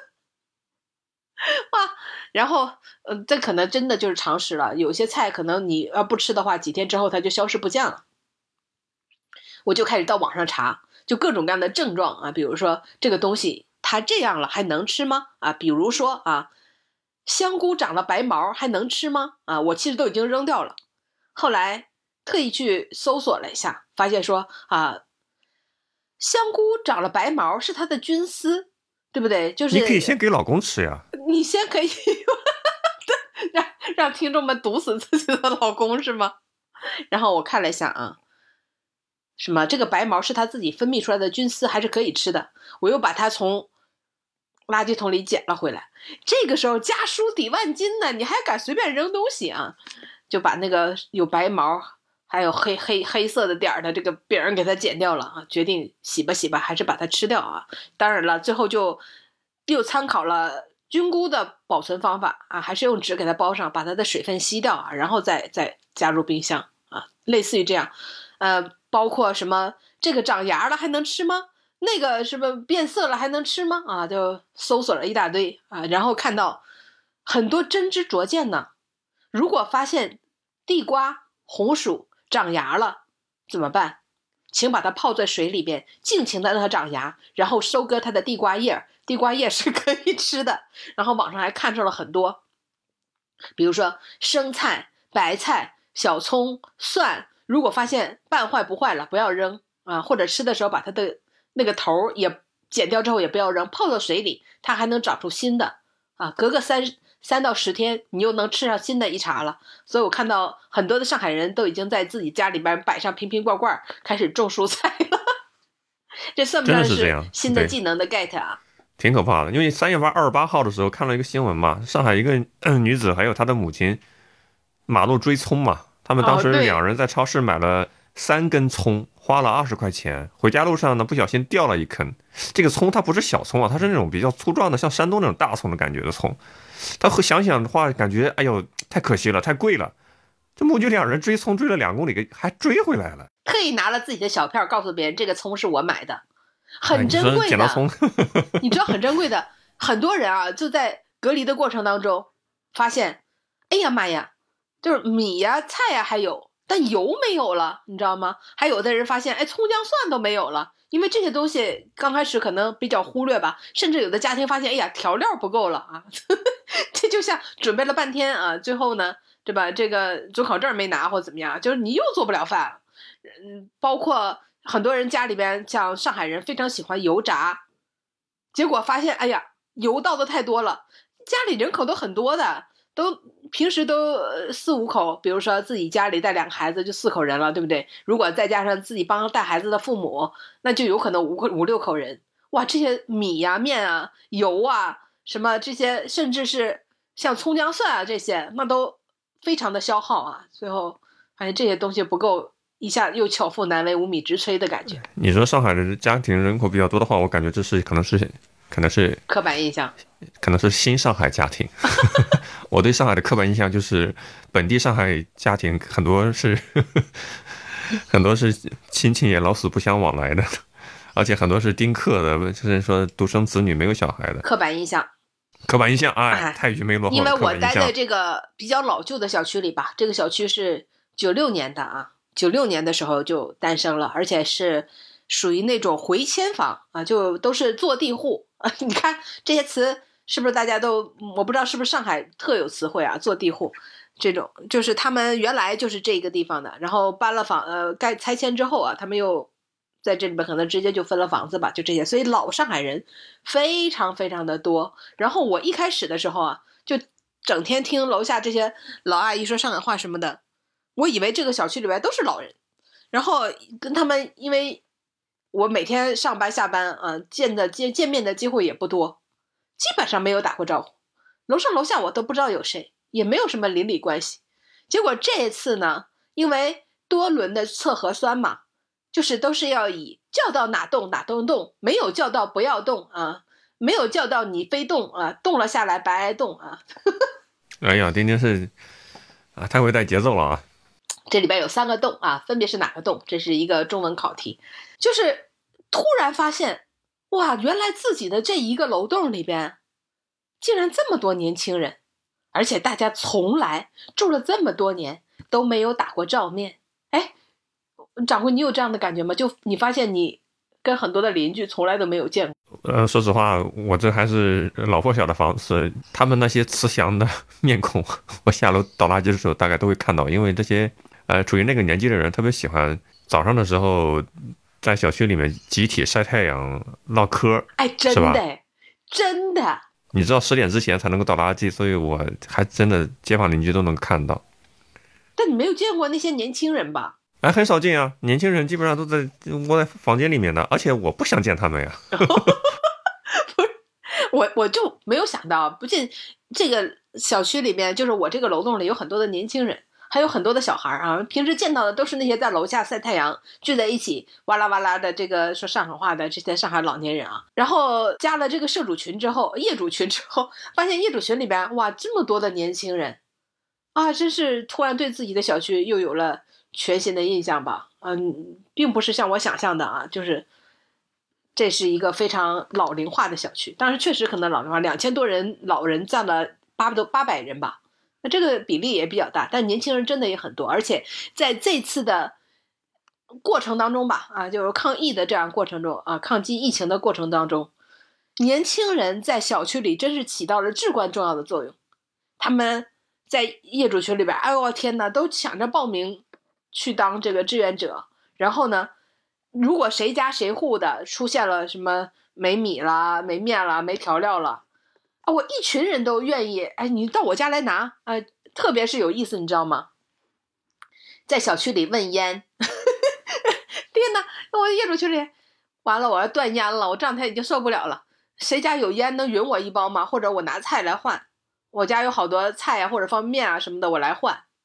[SPEAKER 1] 哇！然后，呃，这可能真的就是常识了。有些菜可能你要不吃的话，几天之后它就消失不见了。我就开始到网上查，就各种各样的症状啊，比如说这个东西它这样了还能吃吗？啊，比如说啊，香菇长了白毛还能吃吗？啊，我其实都已经扔掉了。后来。特意去搜索了一下，发现说啊，香菇长了白毛是它的菌丝，对不对？就是
[SPEAKER 2] 你可以先给老公吃呀，
[SPEAKER 1] 你先可以让让听众们毒死自己的老公是吗？然后我看了一下啊，什么这个白毛是它自己分泌出来的菌丝，还是可以吃的。我又把它从垃圾桶里捡了回来。这个时候家书抵万金呢，你还敢随便扔东西啊？就把那个有白毛。还有黑黑黑色的点儿的这个饼给它剪掉了啊，决定洗吧洗吧，还是把它吃掉啊。当然了，最后就又参考了菌菇的保存方法啊，还是用纸给它包上，把它的水分吸掉啊，然后再再加入冰箱啊，类似于这样。呃，包括什么这个长芽了还能吃吗？那个是不是变色了还能吃吗？啊，就搜索了一大堆啊，然后看到很多真知灼见呢。如果发现地瓜、红薯长芽了怎么办？请把它泡在水里边，尽情的让它长芽，然后收割它的地瓜叶，地瓜叶是可以吃的。然后网上还看出了很多，比如说生菜、白菜、小葱、蒜，如果发现半坏不坏了，不要扔啊，或者吃的时候把它的那个头也剪掉之后也不要扔，泡到水里，它还能长出新的啊，隔个三三到十天，你又能吃上新的一茬了。所以我看到很多的上海人都已经在自己家里边摆上瓶瓶罐罐，开始种蔬菜了。这算不算是新的技能的 get 啊？
[SPEAKER 2] 挺可怕的。因为三月八二十八号的时候看了一个新闻嘛，上海一个、呃、女子还有她的母亲马路追葱嘛，他们当时
[SPEAKER 1] 哦对
[SPEAKER 2] 两人在超市买了三根葱，花了二十块钱。回家路上呢，不小心掉了一坑。这个葱它不是小葱啊，它是那种比较粗壮的，像山东那种大葱的感觉的葱。他想想的话，感觉哎呦太可惜了，太贵了。这母女两人追葱追了两公里，还追回来了。
[SPEAKER 1] 特意拿了自己的小票告诉别人这个葱是我买的，很珍
[SPEAKER 2] 哎、你说
[SPEAKER 1] 贵的。
[SPEAKER 2] 捡到葱，
[SPEAKER 1] 你知道很珍贵的，很多人啊就在隔离的过程当中发现，哎呀妈呀，就是米呀、菜呀还有，但油没有了，你知道吗？还有的人发现，哎，葱姜蒜都没有了，因为这些东西刚开始可能比较忽略吧，甚至有的家庭发现，哎呀，调料不够了啊，这就像准备了半天啊，最后呢，对吧？这个准考证没拿或怎么样，就是你又做不了饭。嗯，包括很多人家里边，像上海人非常喜欢油炸，结果发现，哎呀，油倒的太多了，家里人口都很多的，都平时都呃四五口，比如说自己家里带两个孩子就四口人了，对不对？如果再加上自己帮带孩子的父母，那就有可能五五六口人。哇，这些米呀、面啊、油啊，什么这些，甚至是像葱姜蒜啊这些，那都非常的消耗啊。最后发现这些东西不够，一下又巧妇难为无米之炊的感觉。
[SPEAKER 2] 你说上海的家庭人口比较多的话，我感觉这是可能是可能是
[SPEAKER 1] 刻板印象，
[SPEAKER 2] 可能是新上海家庭。我对上海的刻板印象就是本地上海家庭很多是很多是亲戚也老死不相往来的，而且很多是丁克的，就是说独生子女没有小孩的。
[SPEAKER 1] 刻板印象，
[SPEAKER 2] 刻板印象，哎，
[SPEAKER 1] 哎
[SPEAKER 2] 太愚昧落后了。
[SPEAKER 1] 因为我待
[SPEAKER 2] 的
[SPEAKER 1] 在这个比较老旧的小区里吧，这个小区是九六年的啊，九六年的时候就诞生了，而且是属于那种回迁房啊，就都是坐地户啊。你看这些词是不是大家都，我不知道是不是上海特有词汇啊？坐地户这种，就是他们原来就是这个地方的，然后搬了房，呃，盖拆迁之后啊，他们又在这里面可能直接就分了房子吧，就这些，所以老上海人非常非常的多。然后我一开始的时候啊，就整天听楼下这些老阿姨说上海话什么的，我以为这个小区里边都是老人，然后跟他们，因为我每天上班下班啊、呃，见的见见面的机会也不多，基本上没有打过招呼，楼上楼下我都不知道有谁，也没有什么邻里关系。结果这一次呢，因为多轮的测核酸嘛，就是都是要以叫到哪动哪动动，没有叫到不要动啊，没有叫到你非动啊，动了下来白挨冻啊。
[SPEAKER 2] 哎呀，丁丁是啊，太会带节奏了啊！
[SPEAKER 1] 这里边有三个洞啊，分别是哪个洞？这是一个中文考题，就是突然发现，哇，原来自己的这一个楼栋里边，竟然这么多年轻人，而且大家从来住了这么多年都没有打过照面。哎，掌柜，你有这样的感觉吗？就你发现你跟很多的邻居从来都没有见过。
[SPEAKER 2] 呃，说实话，我这还是老破小的房子，他们那些慈祥的面孔，我下楼倒垃圾的时候大概都会看到，因为这些呃处于那个年纪的人特别喜欢早上的时候在小区里面集体晒太阳唠嗑。
[SPEAKER 1] 哎，真
[SPEAKER 2] 是吧
[SPEAKER 1] 的，真的。
[SPEAKER 2] 你知道十点之前才能够倒垃圾，所以我还真的街坊邻居都能看到。
[SPEAKER 1] 但你没有见过那些年轻人吧？
[SPEAKER 2] 哎，很少见啊，年轻人基本上都在窝在房间里面的，而且我不想见他们呀。
[SPEAKER 1] 不是，我我就没有想到，不仅这个小区里面，就是我这个楼栋里有很多的年轻人，还有很多的小孩啊。平时见到的都是那些在楼下晒太阳聚在一起哇啦哇啦的这个说上海话的这些上海老年人啊。然后加了这个社主群之后，业主群之后，发现业主群里边哇这么多的年轻人啊，真是突然对自己的小区又有了全新的印象吧。嗯，并不是像我想象的啊，就是这是一个非常老龄化的小区。当然确实可能老龄化，两千多人老人占了八多八百人吧，那这个比例也比较大，但年轻人真的也很多。而且在这次的过程当中吧，啊，就是抗疫的这样过程中啊，抗击疫情的过程当中，年轻人在小区里真是起到了至关重要的作用。他们在业主群里边，哎呦天哪，都抢着报名去当这个志愿者。然后呢，如果谁家谁户的出现了什么没米啦、没面啦、没调料了，啊，我一群人都愿意，哎，你到我家来拿，哎，特别是有意思，你知道吗？在小区里问烟，天哪，我业主群里，完了，我要断烟了，我这两天已经受不了了。谁家有烟能匀我一包吗？或者我拿菜来换，我家有好多菜啊或者方便面啊什么的，我来换。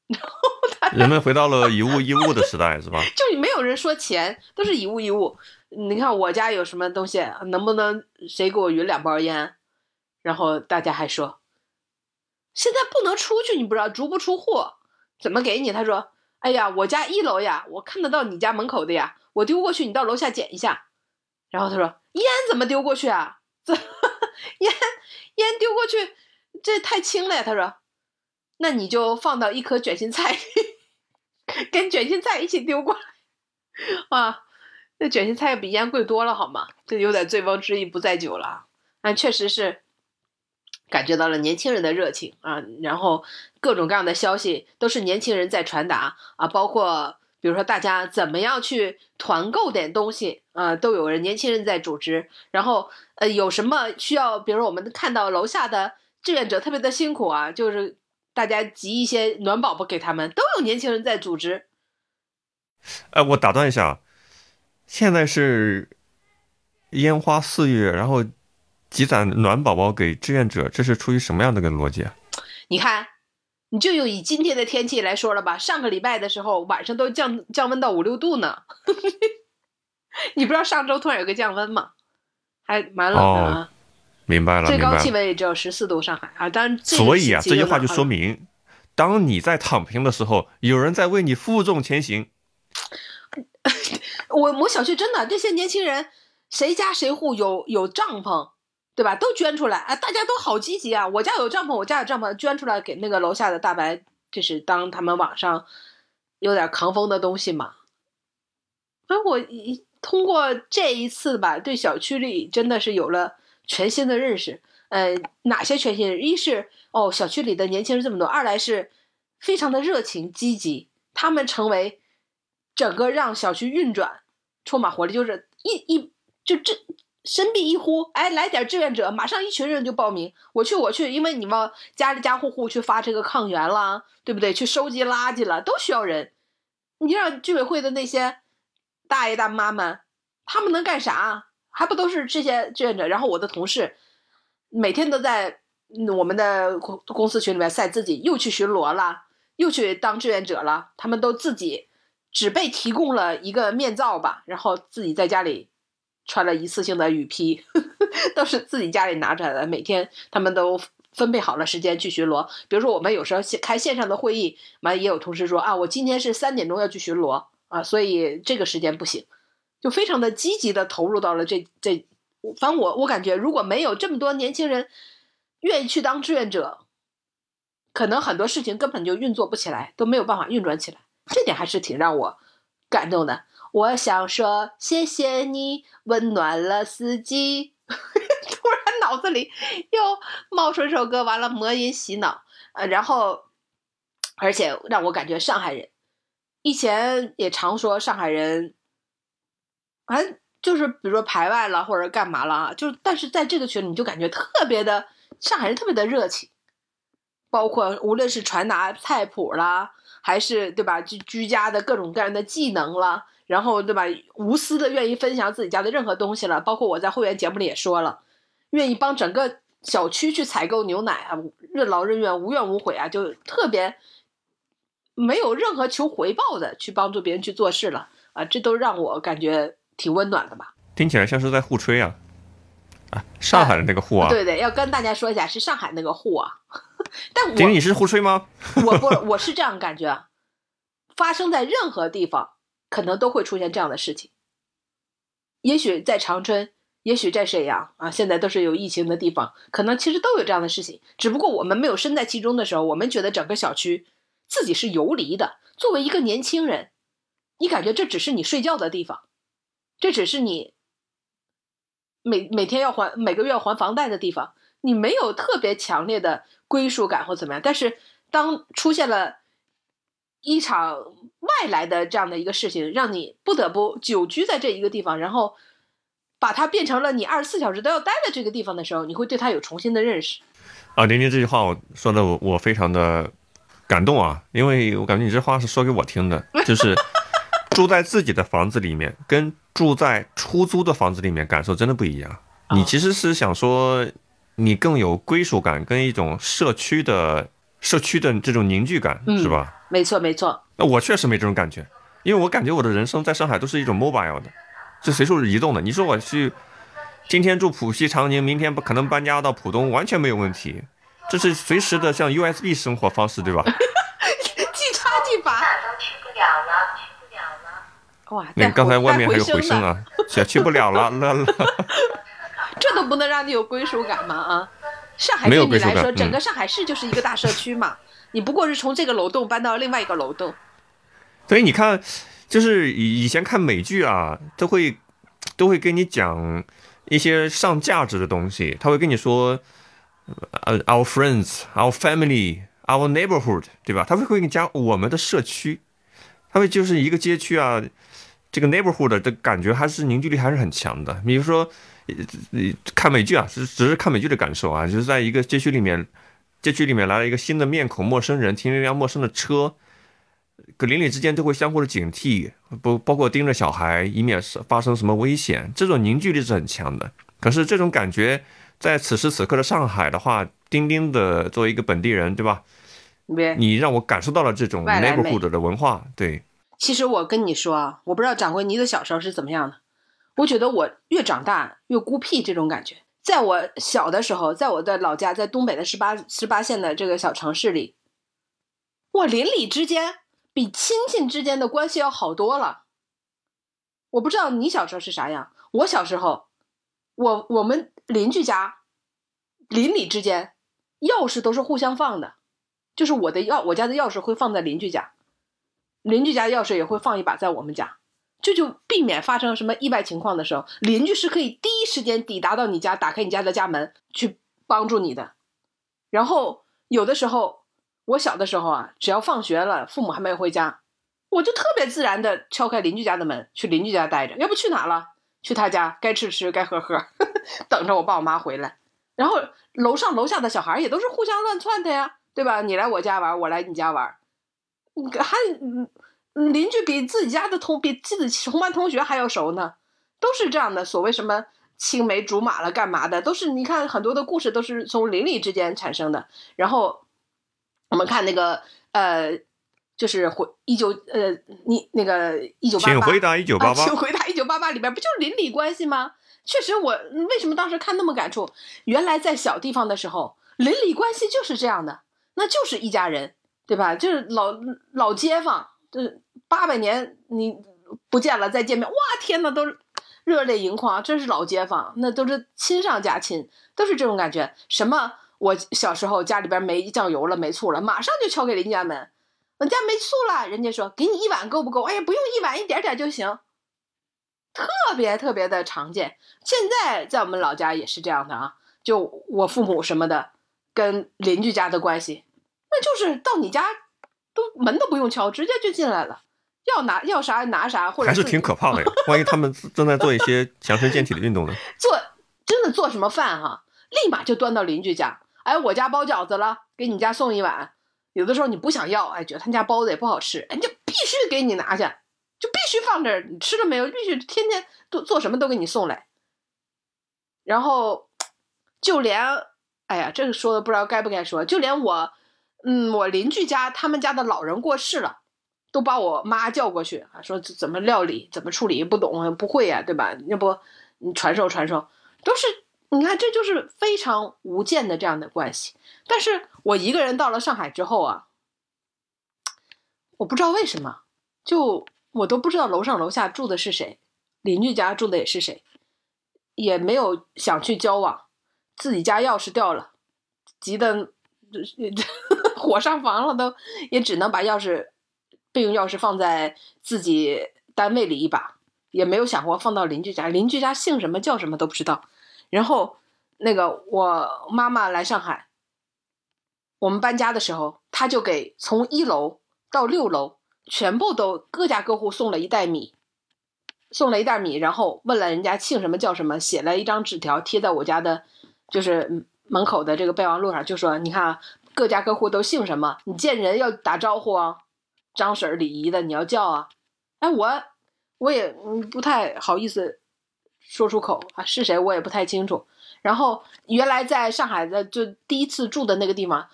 [SPEAKER 2] 人们回到了以物易物的时代，是吧？
[SPEAKER 1] 就没有人说钱，都是以物易物。你看我家有什么东西，能不能谁给我匀两包烟？然后大家还说，现在不能出去，你不知道足不出户，怎么给你？他说，哎呀，我家一楼呀，我看得到你家门口的呀，我丢过去，你到楼下捡一下。然后他说，烟怎么丢过去啊？这烟烟丢过去，这太轻了呀。他说，那你就放到一颗卷心菜里，跟卷心菜一起丢过来啊。那卷心菜比烟贵多了好吗？这有点醉翁之意不在酒了。但确实是感觉到了年轻人的热情啊，然后各种各样的消息都是年轻人在传达啊，包括比如说大家怎么样去团购点东西啊，都有人年轻人在组织。然后呃有什么需要，比如说我们看到楼下的志愿者特别的辛苦啊，就是大家集一些暖宝宝给他们，都有年轻人在组织。
[SPEAKER 2] 哎，我打断一下，现在是烟花四月，然后积攒暖宝宝给志愿者，这是出于什么样的个逻辑啊？
[SPEAKER 1] 你看，你就用以今天的天气来说了吧，上个礼拜的时候晚上都降降温到五六度呢。你不知道上周突然有个降温吗？还蛮冷的啊。
[SPEAKER 2] 哦，明白了，
[SPEAKER 1] 最高
[SPEAKER 2] 明白了
[SPEAKER 1] 气温也只有十四度，上海啊。当然，
[SPEAKER 2] 所以啊，这句话就说
[SPEAKER 1] 明，
[SPEAKER 2] 明，当你在躺平的时候，有人在为你负重前行。
[SPEAKER 1] 我我小区真的这些年轻人，谁家谁户有有帐篷，对吧？都捐出来啊，大家都好积极啊！我家有帐篷，我家有帐篷，捐出来给那个楼下的大白，就是当他们晚上有点扛风的东西嘛。而我通过这一次吧，对小区里真的是有了全新的认识。呃，哪些全新认识？一是哦，小区里的年轻人这么多；二来是非常的热情积极，他们成为整个让小区运转充满活力，就是一一就这深臂一呼，哎，来点志愿者，马上一群人就报名，我去我去，因为你们家里家户户去发这个抗原啦，对不对？去收集垃圾了，都需要人。你让居委会的那些大爷大妈们，他们能干啥？还不都是这些志愿者？然后我的同事每天都在我们的公司群里面晒自己又去巡逻了，又去当志愿者了，他们都自己只被提供了一个面罩吧，然后自己在家里穿了一次性的雨披，呵呵，都是自己家里拿出来的。每天他们都分配好了时间去巡逻。比如说我们有时候开线上的会议，完也有同事说啊，我今天是三点钟要去巡逻啊，所以这个时间不行，就非常的积极的投入到了这这。反正我我感觉，如果没有这么多年轻人愿意去当志愿者，可能很多事情根本就运作不起来，都没有办法运转起来。这点还是挺让我感动的。我想说谢谢你温暖了四季。突然脑子里又冒出一首歌，完了魔音洗脑，呃，然后而且让我感觉上海人，以前也常说上海人啊，就是比如说排外了或者干嘛了，就是但是在这个群里你就感觉特别的上海人特别的热情，包括无论是传达菜谱啦，还是对吧，居居家的各种各样的技能啦，然后对吧，无私的愿意分享自己家的任何东西了，包括我在会员节目里也说了，愿意帮整个小区去采购牛奶啊，任劳任怨，无怨无悔啊，就特别没有任何求回报的去帮助别人去做事了啊，这都让我感觉挺温暖的吧。
[SPEAKER 2] 听起来像是在互吹啊。啊，上海的那个户啊，
[SPEAKER 1] 对对，要跟大家说一下，是上海那个户啊。但我
[SPEAKER 2] 今天你是互吹吗？
[SPEAKER 1] 我不，我是这样感觉，发生在任何地方，可能都会出现这样的事情。也许在长春，也许在沈阳啊，现在都是有疫情的地方，可能其实都有这样的事情。只不过我们没有身在其中的时候，我们觉得整个小区自己是游离的。作为一个年轻人，你感觉这只是你睡觉的地方，这只是你每每天要还每个月要还房贷的地方，你没有特别强烈的归属感或怎么样。但是当出现了一场外来的这样的一个事情，让你不得不久居在这一个地方，然后把它变成了你二十四小时都要待在这个地方的时候，你会对它有重新的认识。
[SPEAKER 2] 啊，玲玲这句话我说的我我非常的感动啊，因为我感觉你这话是说给我听的，就是住在自己的房子里面跟住在出租的房子里面感受真的不一样。你其实是想说你更有归属感跟一种社区的社区的这种凝聚感，
[SPEAKER 1] 嗯、
[SPEAKER 2] 是吧？
[SPEAKER 1] 没错没错。
[SPEAKER 2] 那我确实没这种感觉，因为我感觉我的人生在上海都是一种 mobile 的，是随处移动的。你说我去今天住浦西长宁，明天可能搬家到浦东，完全没有问题。这是随时的像 U S B 生活方式，对吧？
[SPEAKER 1] 即插即拔。
[SPEAKER 3] 去不了了，去不了了。
[SPEAKER 1] 哇，
[SPEAKER 2] 那刚才外面还有回声啊，去去不了了了了。
[SPEAKER 1] 这都不能让你有归属感吗？啊，上海对你来说，整个上海市就是一个大社区嘛，嗯、你不过是从这个楼栋搬到另外一个楼栋。
[SPEAKER 2] 所以你看，就是以前看美剧啊，都会都会跟你讲一些上价值的东西，他会跟你说。Uh, our friends, our family, our neighborhood， 对吧？他会会给你讲我们的社区，他会就是一个街区啊，这个 neighborhood 的感觉还是凝聚力还是很强的。比如说，看美剧啊，只只是看美剧的感受啊，就是在一个街区里面，街区里面来了一个新的面孔，陌生人停了一辆陌生的车，邻里之间都会相互的警惕，不包括盯着小孩，以免发生什么危险。这种凝聚力是很强的。可是这种感觉。在此时此刻的上海的话，丁丁的作为一个本地人，对吧？你让我感受到了这种 neighborhood 的文化。对，
[SPEAKER 1] 其实我跟你说啊，我不知道掌柜你的小时候是怎么样的。我觉得我越长大越孤僻，这种感觉。在我小的时候，在我的老家，在东北的十八十八线的这个小城市里，哇，邻里之间比亲戚之间的关系要好多了。我不知道你小时候是啥样，我小时候，我我们。邻居家邻里之间钥匙都是互相放的，就是我的钥我家的钥匙会放在邻居家，邻居家钥匙也会放一把在我们家，这就避免发生什么意外情况的时候，邻居是可以第一时间抵达到你家，打开你家的家门去帮助你的。然后有的时候我小的时候啊，只要放学了父母还没有回家，我就特别自然的敲开邻居家的门去邻居家待着，要不去哪了去他家，该吃吃该喝喝，呵呵，等着我爸我妈回来。然后楼上楼下的小孩也都是互相乱窜的呀，对吧？你来我家玩，我来你家玩，还邻居比自己家的同比自己同班同学还要熟呢，都是这样的。所谓什么青梅竹马了干嘛的，都是你看很多的故事都是从邻里之间产生的。然后我们看那个呃。就是回一九呃，你那个一九八八，
[SPEAKER 2] 请回答一九八八，
[SPEAKER 1] 请回答一九八八里边不就是邻里关系吗？确实我，我为什么当时看那么感触？原来在小地方的时候，邻里关系就是这样的，那就是一家人，对吧？就是老老街坊，这八百年你不见了再见面，哇天哪，都热泪盈眶，真是老街坊，那都是亲上加亲，都是这种感觉。什么？我小时候家里边没酱油了，没醋了，马上就敲开邻家门。我家没醋了，人家说给你一碗够不够？哎呀，不用一碗，一点点就行，特别特别的常见。现在在我们老家也是这样的啊，就我父母什么的跟邻居家的关系，那就是到你家都门都不用敲，直接就进来了，要拿要啥拿啥，或者
[SPEAKER 2] 还是挺可怕的呀。万一他们正在做一些强身健体的运动呢？
[SPEAKER 1] 做真的做什么饭哈、啊，立马就端到邻居家。哎，我家包饺子了，给你家送一碗。有的时候你不想要，哎，觉得他家包子也不好吃，人家必须给你拿去，就必须放这儿，你吃了没有？必须天天都做什么都给你送来。然后就连，哎呀，这个说的不知道该不该说，就连我，嗯，我邻居家他们家的老人过世了，都把我妈叫过去啊，说怎么料理，怎么处理，不懂不会呀、啊，对吧？要不你传授传授，都是。你看，这就是非常无间的这样的关系。但是我一个人到了上海之后啊，我不知道为什么，就我都不知道楼上楼下住的是谁，邻居家住的也是谁，也没有想去交往。自己家钥匙掉了，急得火上房了都，都也只能把钥匙备用钥匙放在自己单位里一把，也没有想过放到邻居家。邻居家姓什么叫什么都不知道。然后那个我妈妈来上海，我们搬家的时候，她就给从一楼到六楼全部都各家各户送了一袋米，送了一袋米，然后问了人家姓什么叫什么，写了一张纸条贴在我家的就是门口的这个备忘录上，就说你看各家各户都姓什么，你见人要打招呼啊，张婶礼仪的你要叫啊。哎，我我也不太好意思说出口啊，是谁我也不太清楚。然后原来在上海的就第一次住的那个地方，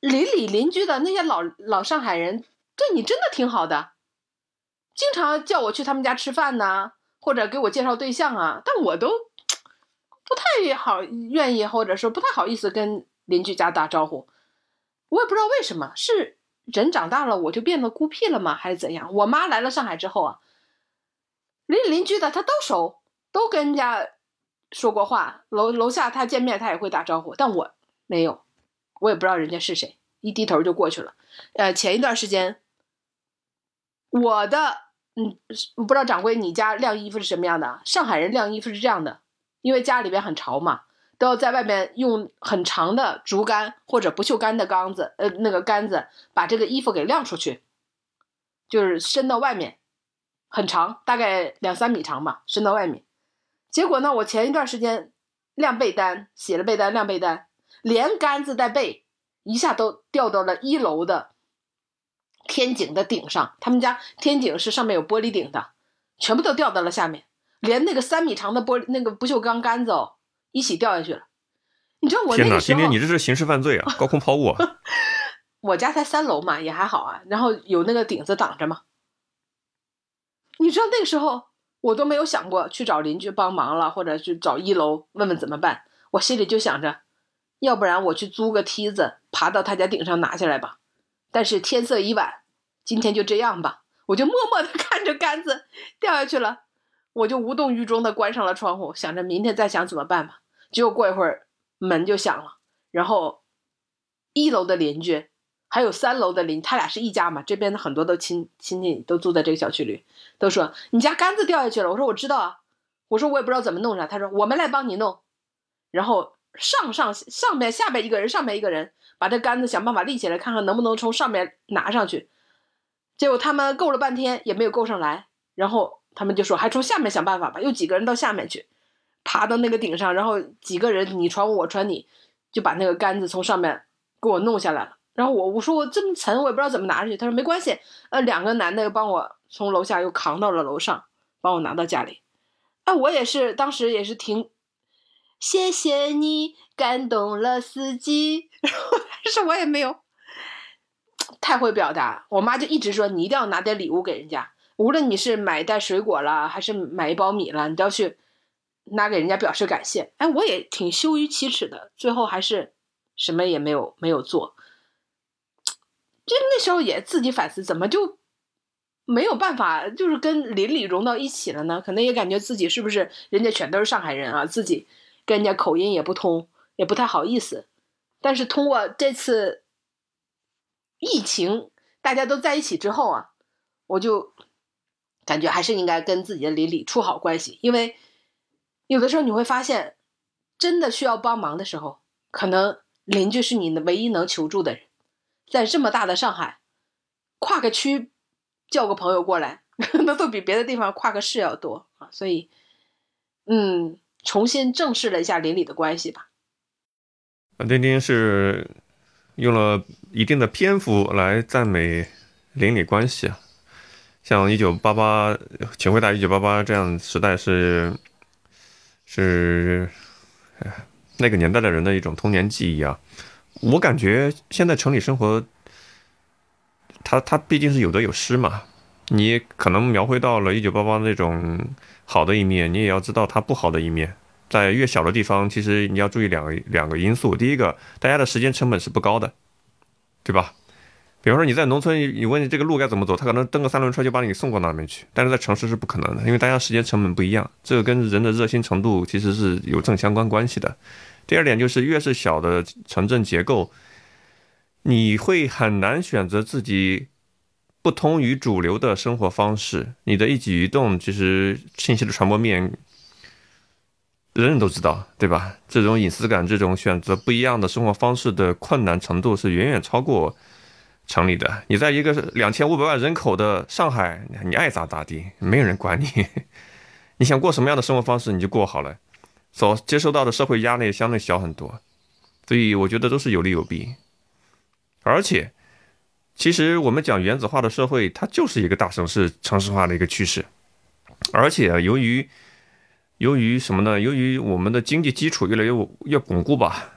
[SPEAKER 1] 邻里邻居的那些老老上海人对你真的挺好的，经常叫我去他们家吃饭呢，或者给我介绍对象啊，但我都不太好愿意，或者说不太好意思跟邻居家打招呼。我也不知道为什么，是人长大了我就变得孤僻了吗，还是怎样？我妈来了上海之后啊，邻里邻居的她都熟，都跟人家说过话，楼楼下她见面她也会打招呼，但我没有，我也不知道人家是谁，一低头就过去了。呃，前一段时间，我的嗯，不知道掌柜你家晾衣服是什么样的？上海人晾衣服是这样的，因为家里边很潮嘛，都要在外面用很长的竹竿或者不锈钢的缸子，呃，那个杆子把这个衣服给晾出去，就是伸到外面，很长，大概两三米长吧，伸到外面。结果呢，我前一段时间晾被单，写了被单，晾被单，连杆子带被一下都掉到了一楼的天井的顶上，他们家天井是上面有玻璃顶的，全部都掉到了下面，连那个三米长的玻璃那个不锈钢杆子哦，一起掉下去了。你知道我那个时候，天哪，
[SPEAKER 2] 今天你这是刑事犯罪啊，高空抛物啊！
[SPEAKER 1] 我家才三楼嘛，也还好啊，然后有那个顶子挡着嘛。你知道那个时候我都没有想过去找邻居帮忙了，或者去找一楼问问怎么办，我心里就想着，要不然我去租个梯子爬到他家顶上拿下来吧。但是天色已晚，今天就这样吧，我就默默的看着杆子掉下去了，我就无动于衷的关上了窗户，想着明天再想怎么办吧。结果过一会儿门就响了，然后一楼的邻居还有三楼的邻居，他俩是一家嘛，这边的很多都亲亲戚都住在这个小区里，都说你家杆子掉下去了。我说我知道啊，我说我也不知道怎么弄上。他说我们来帮你弄，然后上上上面下面一个人，上面一个人把这杆子想办法立起来，看看能不能从上面拿上去。结果他们够了半天也没有够上来，然后他们就说还从下面想办法吧，又几个人到下面去爬到那个顶上，然后几个人你传我我传你，就把那个杆子从上面给我弄下来了。然后我我说我这么沉我也不知道怎么拿上去，他说没关系，呃，两个男的帮我从楼下又扛到了楼上，帮我拿到家里。哎，我也是当时也是挺谢谢你感动了司机，然后但是我也没有太会表达，我妈就一直说你一定要拿点礼物给人家，无论你是买一袋水果啦还是买一包米啦，你都要去拿给人家表示感谢。哎，我也挺羞于启齿的，最后还是什么也没有没有做。就那时候也自己反思，怎么就没有办法就是跟邻里融到一起了呢？可能也感觉自己是不是人家全都是上海人啊，自己跟人家口音也不通，也不太好意思。但是通过这次疫情大家都在一起之后啊，我就感觉还是应该跟自己的邻里处好关系。因为有的时候你会发现真的需要帮忙的时候，可能邻居是你的唯一能求助的人。在这么大的上海，跨个区叫个朋友过来那都比别的地方跨个市要多啊。所以嗯，重新正视了一下邻里的关系吧。
[SPEAKER 2] 丁丁是用了一定的篇幅来赞美邻里关系啊，像一九八八请回答一九八八这样时代是是那个年代的人的一种童年记忆啊。我感觉现在城里生活它它毕竟是有得有失嘛，你可能描绘到了一九八八那种好的一面，你也要知道它不好的一面。在越小的地方，其实你要注意两个两个因素。第一个，大家的时间成本是不高的，对吧？比方说你在农村，你问你这个路该怎么走，他可能蹬个三轮车就把你送过那边去，但是在城市是不可能的，因为大家时间成本不一样，这个跟人的热心程度其实是有正相关关系的。第二点就是，越是小的城镇结构，你会很难选择自己不同于主流的生活方式，你的一举一动其实信息的传播面人人都知道，对吧？这种隐私感，这种选择不一样的生活方式的困难程度是远远超过城里的。你在一个两千五百万人口的上海，你爱咋咋地，没有人管你，你想过什么样的生活方式你就过好了，所接受到的社会压力相对小很多，所以我觉得都是有利有弊。而且其实我们讲原子化的社会，它就是一个大城市城市化的一个趋势。而且由于由于什么呢？由于我们的经济基础越来越越巩固吧，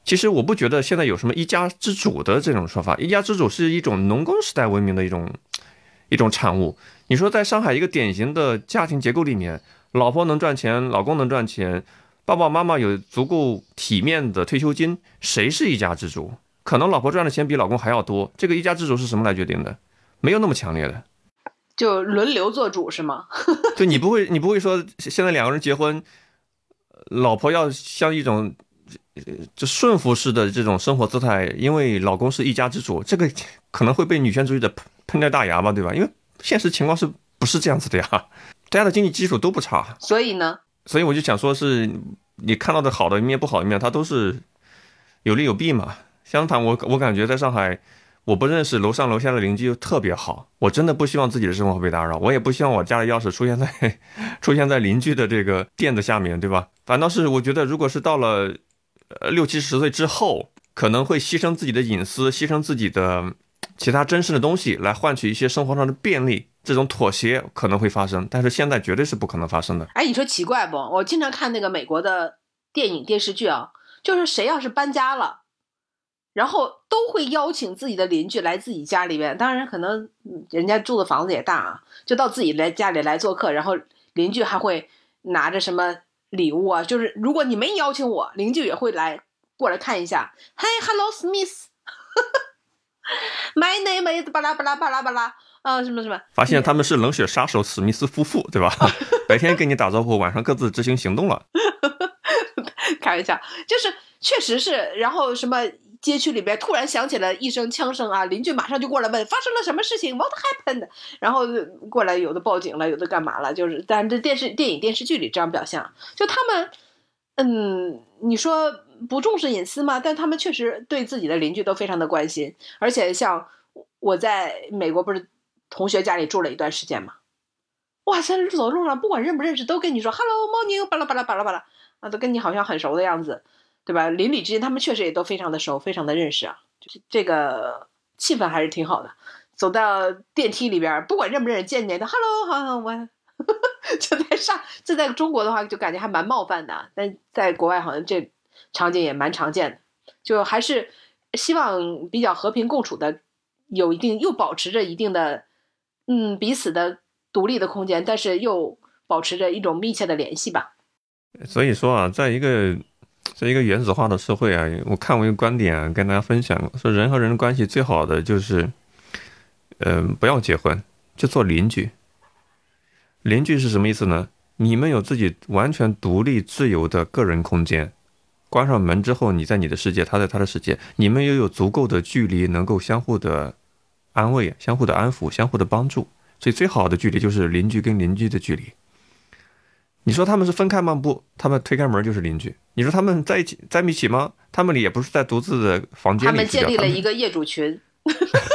[SPEAKER 2] 其实我不觉得现在有什么一家之主的这种说法，一家之主是一种农耕时代文明的一种一种产物。你说在上海一个典型的家庭结构里面，老婆能赚钱，老公能赚钱，爸爸妈妈有足够体面的退休金，谁是一家之主？可能老婆赚的钱比老公还要多，这个一家之主是什么来决定的？没有那么强烈的，
[SPEAKER 1] 就轮流做主是吗？
[SPEAKER 2] 就你不会，你不会说现在两个人结婚，老婆要像一种就顺服式的这种生活姿态，因为老公是一家之主，这个可能会被女权主义者喷掉大牙吧，对吧？因为现实情况是不是这样子的呀？大家的经济基础都不差，
[SPEAKER 1] 所以呢，
[SPEAKER 2] 所以我就想说是你看到的好的一面、不好的一面，它都是有利有弊嘛。相反，我我感觉在上海，我不认识楼上楼下的邻居特别好，我真的不希望自己的生活被打扰，我也不希望我家的钥匙出现在出现在邻居的这个垫子下面，对吧？反倒是我觉得，如果是到了呃六七十岁之后，可能会牺牲自己的隐私，牺牲自己的其他真实的东西，来换取一些生活上的便利，这种妥协可能会发生，但是现在绝对是不可能发生的。
[SPEAKER 1] 哎，你说奇怪不？我经常看那个美国的电影电视剧啊，就是谁要是搬家了，然后都会邀请自己的邻居来自己家里面，当然可能人家住的房子也大啊，就到自己来家里来做客，然后邻居还会拿着什么礼物啊，就是如果你没邀请我，邻居也会来过来看一下。Hey, hello, Smith. My name is 巴拉巴拉巴拉巴拉啊，什么什么。
[SPEAKER 2] 发现他们是冷血杀手史密斯夫妇，对吧？白天跟你打招呼，晚上各自执行行动了。
[SPEAKER 1] 开玩笑，就是确实是，然后什么街区里边突然响起了一声枪声啊，邻居马上就过来问发生了什么事情 ，What happened？ 然后过来有的报警了，有的干嘛了，就是但这电视电影电视剧里这样表现，就他们，嗯，你说不重视隐私吗？但他们确实对自己的邻居都非常的关心，而且像我在美国不是同学家里住了一段时间嘛，哇塞，走路上不管认不认识都跟你说 Hello morning， 巴拉巴拉巴拉巴拉啊，都跟你好像很熟的样子。对吧？邻里之间他们确实也都非常的熟，非常的认识啊，就是这个气氛还是挺好的。走到电梯里边，不管认不认识，见面的 Hello， 好好我，就在上，这在中国的话就感觉还蛮冒犯的，但在国外好像这场景也蛮常见的，就还是希望比较和平共处的，有一定又保持着一定的嗯彼此的独立的空间，但是又保持着一种密切的联系吧。
[SPEAKER 2] 所以说啊，在一个在一个原子化的社会啊，我看过一个观点啊，跟大家分享，说人和人的关系最好的就是，呃，不要结婚，就做邻居。邻居是什么意思呢？你们有自己完全独立自由的个人空间，关上门之后，你在你的世界，他在他的世界，你们又有足够的距离，能够相互的安慰、相互的安抚、相互的帮助。所以最好的距离就是邻居跟邻居的距离。你说他们是分开吗？不，他们推开门就是邻居。你说他们在一起在一起吗？他们也不是在独自的房间里。
[SPEAKER 1] 他们建立了一个业主群。不是，现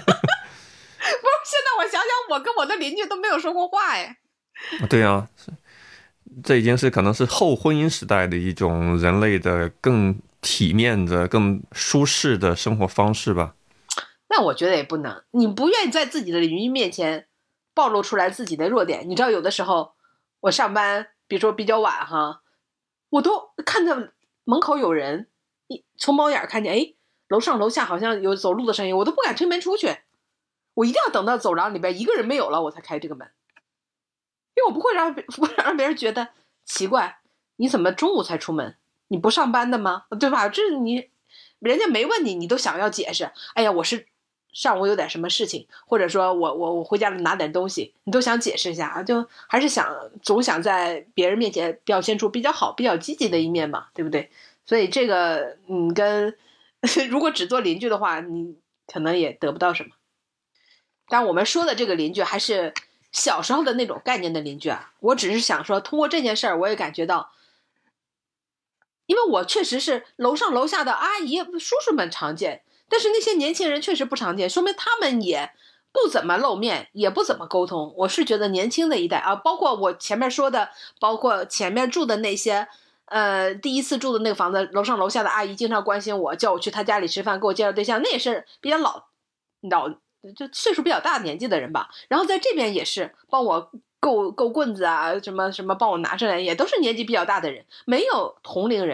[SPEAKER 1] 在我想想，我跟我的邻居都没有说过话哎。
[SPEAKER 2] 对啊，这已经是可能是后婚姻时代的一种人类的更体面的、更舒适的生活方式吧。
[SPEAKER 1] 那我觉得也不能，你不愿意在自己的邻居面前暴露出来自己的弱点。你知道，有的时候我上班，比如说比较晚哈，我都看到门口有人，一从猫眼看见，哎，楼上楼下好像有走路的声音，我都不敢推门出去，我一定要等到走廊里边一个人没有了，我才开这个门，因为我不会让不让别人觉得奇怪，你怎么中午才出门？你不上班的吗？对吧？这你人家没问你，你都想要解释。哎呀，我是上午有点什么事情，或者说我我我回家拿点东西，你都想解释一下，就还是想总想在别人面前表现出比较好、比较积极的一面嘛，对不对？所以这个嗯，跟如果只做邻居的话，你可能也得不到什么。但我们说的这个邻居还是小时候的那种概念的邻居啊。我只是想说，通过这件事儿，我也感觉到，因为我确实是楼上楼下的阿姨、叔叔们常见。但是那些年轻人确实不常见，说明他们也不怎么露面，也不怎么沟通。我是觉得年轻的一代啊，包括我前面说的，包括前面住的那些，呃，第一次住的那个房子，楼上楼下的阿姨经常关心我，叫我去她家里吃饭，给我介绍对象，那也是比较老老就岁数比较大年纪的人吧。然后在这边也是帮我够够棍子啊，什么什么帮我拿上来，也都是年纪比较大的人，没有同龄人。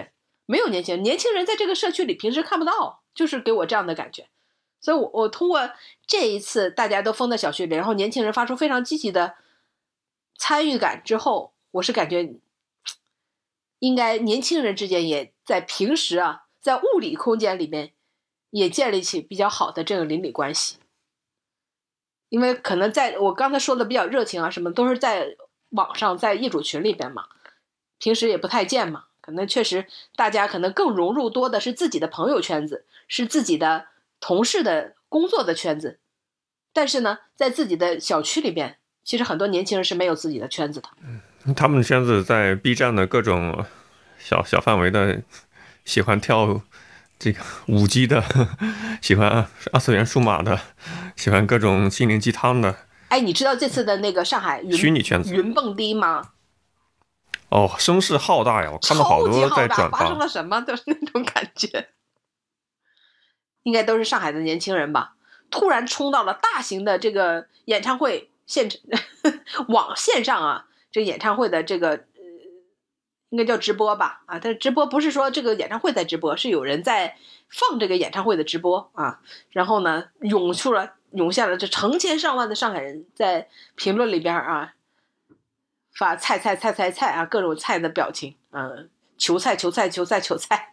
[SPEAKER 1] 没有年轻人，年轻人在这个社区里平时看不到，就是给我这样的感觉。所以我我通过这一次大家都封在小区里，然后年轻人发出非常积极的参与感之后，我是感觉应该年轻人之间也在平时啊，在物理空间里面也建立起比较好的这个邻里关系。因为可能在我刚才说的比较热情啊什么都是在网上，在业主群里边嘛，平时也不太见嘛，可能确实大家可能更融入多的是自己的朋友圈子，是自己的同事的工作的圈子。但是呢在自己的小区里边，其实很多年轻人是没有自己的圈子的。
[SPEAKER 2] 他们的圈子在 B 站的各种小小范围的喜欢跳这个舞姬的，喜欢二次元数码的，喜欢各种心灵鸡汤的。
[SPEAKER 1] 哎，你知道这次的那个上海云
[SPEAKER 2] 虚拟圈子
[SPEAKER 1] 云蹦迪吗？
[SPEAKER 2] 哦，声势浩大呀！我看到好多在转发。
[SPEAKER 1] 发生了什么？就是那种感觉。应该都是上海的年轻人吧？突然冲到了大型的这个演唱会现网线上啊，这个演唱会的这个呃，应该叫直播吧？啊，但直播不是说这个演唱会在直播，是有人在放这个演唱会的直播啊。然后呢，涌出了涌现了这成千上万的上海人在评论里边啊。发菜菜菜菜菜啊，各种菜的表情，嗯，求菜求菜求菜求菜，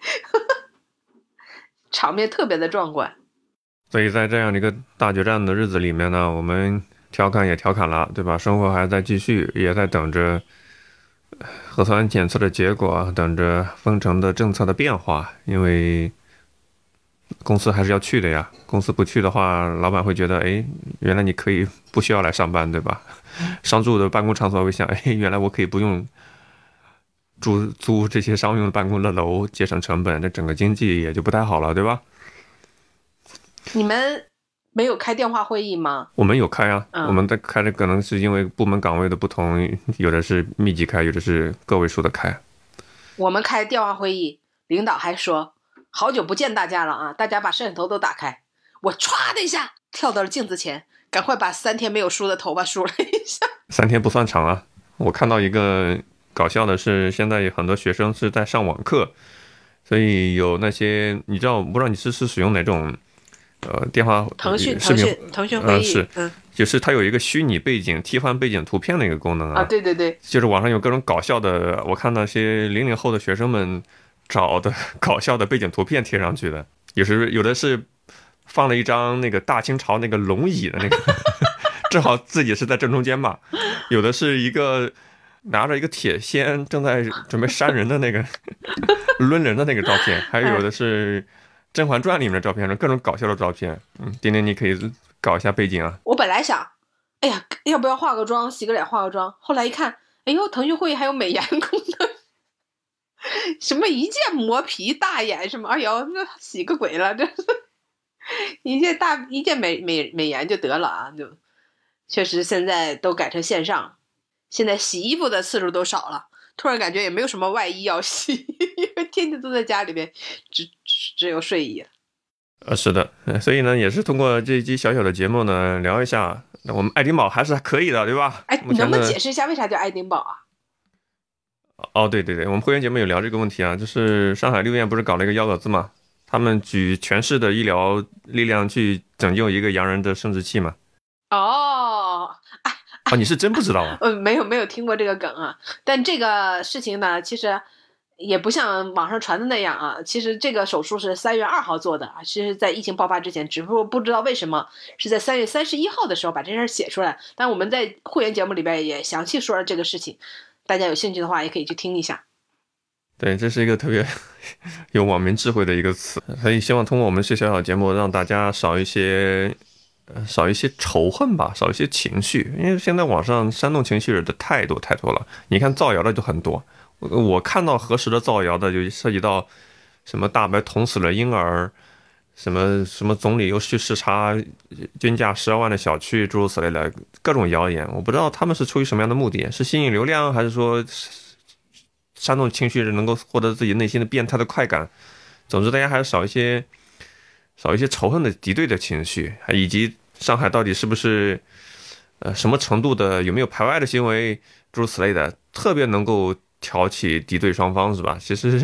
[SPEAKER 1] 场面特别的壮观。
[SPEAKER 2] 所以在这样的一个大决战的日子里面呢，我们调侃也调侃了，对吧？生活还在继续，也在等着核酸检测的结果，等着封城的政策的变化。因为公司还是要去的呀，公司不去的话，老板会觉得，哎，原来你可以不需要来上班，对吧？商住的办公场所会想，哎，原来我可以不用租租这些商用的办公的楼，节省成本，这整个经济也就不太好了，对吧？
[SPEAKER 1] 你们没有开电话会议吗？
[SPEAKER 2] 我们有开啊，
[SPEAKER 1] 嗯、
[SPEAKER 2] 我们在开的可能是因为部门岗位的不同，有的是密集开，有的是个位数的开。
[SPEAKER 1] 我们开电话会议，领导还说好久不见大家了啊，大家把摄像头都打开。我歘的一下跳到了镜子前，赶快把三天没有梳的头发梳了一下。
[SPEAKER 2] 三天不算长啊。我看到一个搞笑的是，现在有很多学生是在上网课，所以有那些你知道，不知道你是是使用哪种呃电话
[SPEAKER 1] 腾讯
[SPEAKER 2] 视频
[SPEAKER 1] 腾讯会议、
[SPEAKER 2] 呃、是
[SPEAKER 1] 嗯，
[SPEAKER 2] 就是它有一个虚拟背景替换背景图片的一个功能啊。
[SPEAKER 1] 啊，对对对，
[SPEAKER 2] 就是网上有各种搞笑的，我看那些零零后的学生们找的搞笑的背景图片贴上去的，有时有的是放了一张那个大清朝那个龙椅的那个正好自己是在正中间嘛，有的是一个拿着一个铁锨正在准备扇人的那个抡人的那个照片，还有的是《甄嬛传》里面的照片，各种搞笑的照片。嗯，丁丁你可以搞一下背景啊。
[SPEAKER 1] 我本来想哎呀要不要化个妆洗个脸化个妆，后来一看，哎呦腾讯会议还有美颜功能，什么一键磨皮大眼什么，哎呦那洗个鬼了，这一键大一键美美美颜就得了啊！就确实现在都改成线上，现在洗衣服的次数都少了，突然感觉也没有什么外衣要洗，因为天天都在家里面，只只有睡衣了。
[SPEAKER 2] 呃，是的，所以呢，也是通过这一期小小的节目呢，聊一下我们爱丁堡还是可以的，对吧？
[SPEAKER 1] 哎，你能不能解释一下为啥叫爱丁堡啊？
[SPEAKER 2] 哦，对对对，我们会员节目有聊这个问题啊，就是上海六院不是搞了一个幺蛾子嘛，他们举全市的医疗力量去拯救一个洋人的生殖器嘛。
[SPEAKER 1] 哦，哎，
[SPEAKER 2] 哦，你是真不知道啊？
[SPEAKER 1] 呃，没有没有听过这个梗啊，但这个事情呢，其实也不像网上传的那样啊，其实这个手术是三月二号做的啊，其实在疫情爆发之前，只不过不知道为什么是在三月三十一号的时候把这事儿写出来，但我们在会员节目里边也详细说了这个事情，大家有兴趣的话也可以去听一下。
[SPEAKER 2] 对，这是一个特别有网民智慧的一个词，所以希望通过我们这小小节目让大家少一些少一些仇恨吧，少一些情绪，因为现在网上煽动情绪的太多太多了，你看造谣的就很多，我看到核实的造谣的就涉及到什么大白捅死了婴儿，什么什么总理又去视察均价十二万的小区，诸如此类的各种谣言，我不知道他们是出于什么样的目的，是吸引流量，还是说煽动情绪能够获得自己内心的变态的快感。总之大家还是少一些少一些仇恨的敌对的情绪，以及上海到底是不是呃什么程度的有没有排外的行为诸如此类的，特别能够挑起敌对双方，是吧？其实这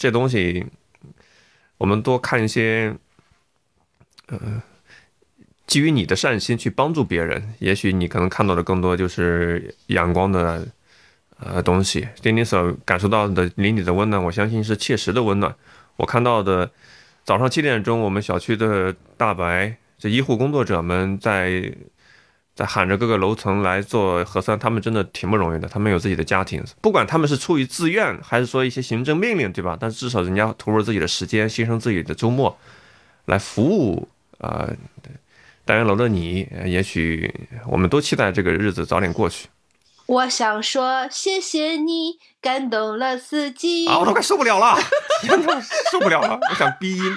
[SPEAKER 2] 这东西我们多看一些，呃，基于你的善心去帮助别人，也许你可能看到的更多就是阳光的呃东西。丁丁所感受到的邻里的温暖，我相信是切实的温暖。我看到的早上七点钟，我们小区的大白这医护工作者们在在喊着各个楼层来做核酸，他们真的挺不容易的，他们有自己的家庭，不管他们是出于自愿还是说一些行政命令，对吧？但至少人家投入自己的时间，牺牲自己的周末来服务啊、呃、单元楼的你，也许我们都期待这个日子早点过去。
[SPEAKER 1] 我想说谢谢你感动了四季
[SPEAKER 2] 啊，我都快受不了了，天哪，受不了了，我想逼音。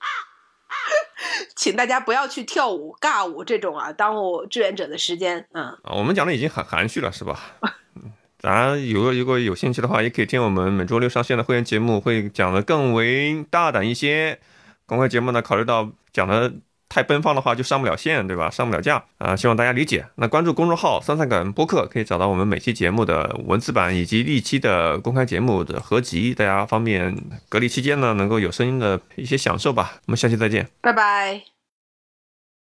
[SPEAKER 1] 请大家不要去跳舞尬舞这种啊耽误志愿者的时间。嗯，
[SPEAKER 2] 啊，我们讲的已经很含蓄了，是吧？当然，如果如果有兴趣的话，也可以听我们每周六上线的会员节目，会讲的更为大胆一些。公开节目呢，考虑到讲的太奔放的话就上不了线，对吧？上不了架啊，希望大家理解。那关注公众号三三感播客，可以找到我们每期节目的文字版以及历期的公开节目的合集，大家方便隔离期间呢能够有声音的一些享受吧。我们下期再见，
[SPEAKER 1] 拜拜。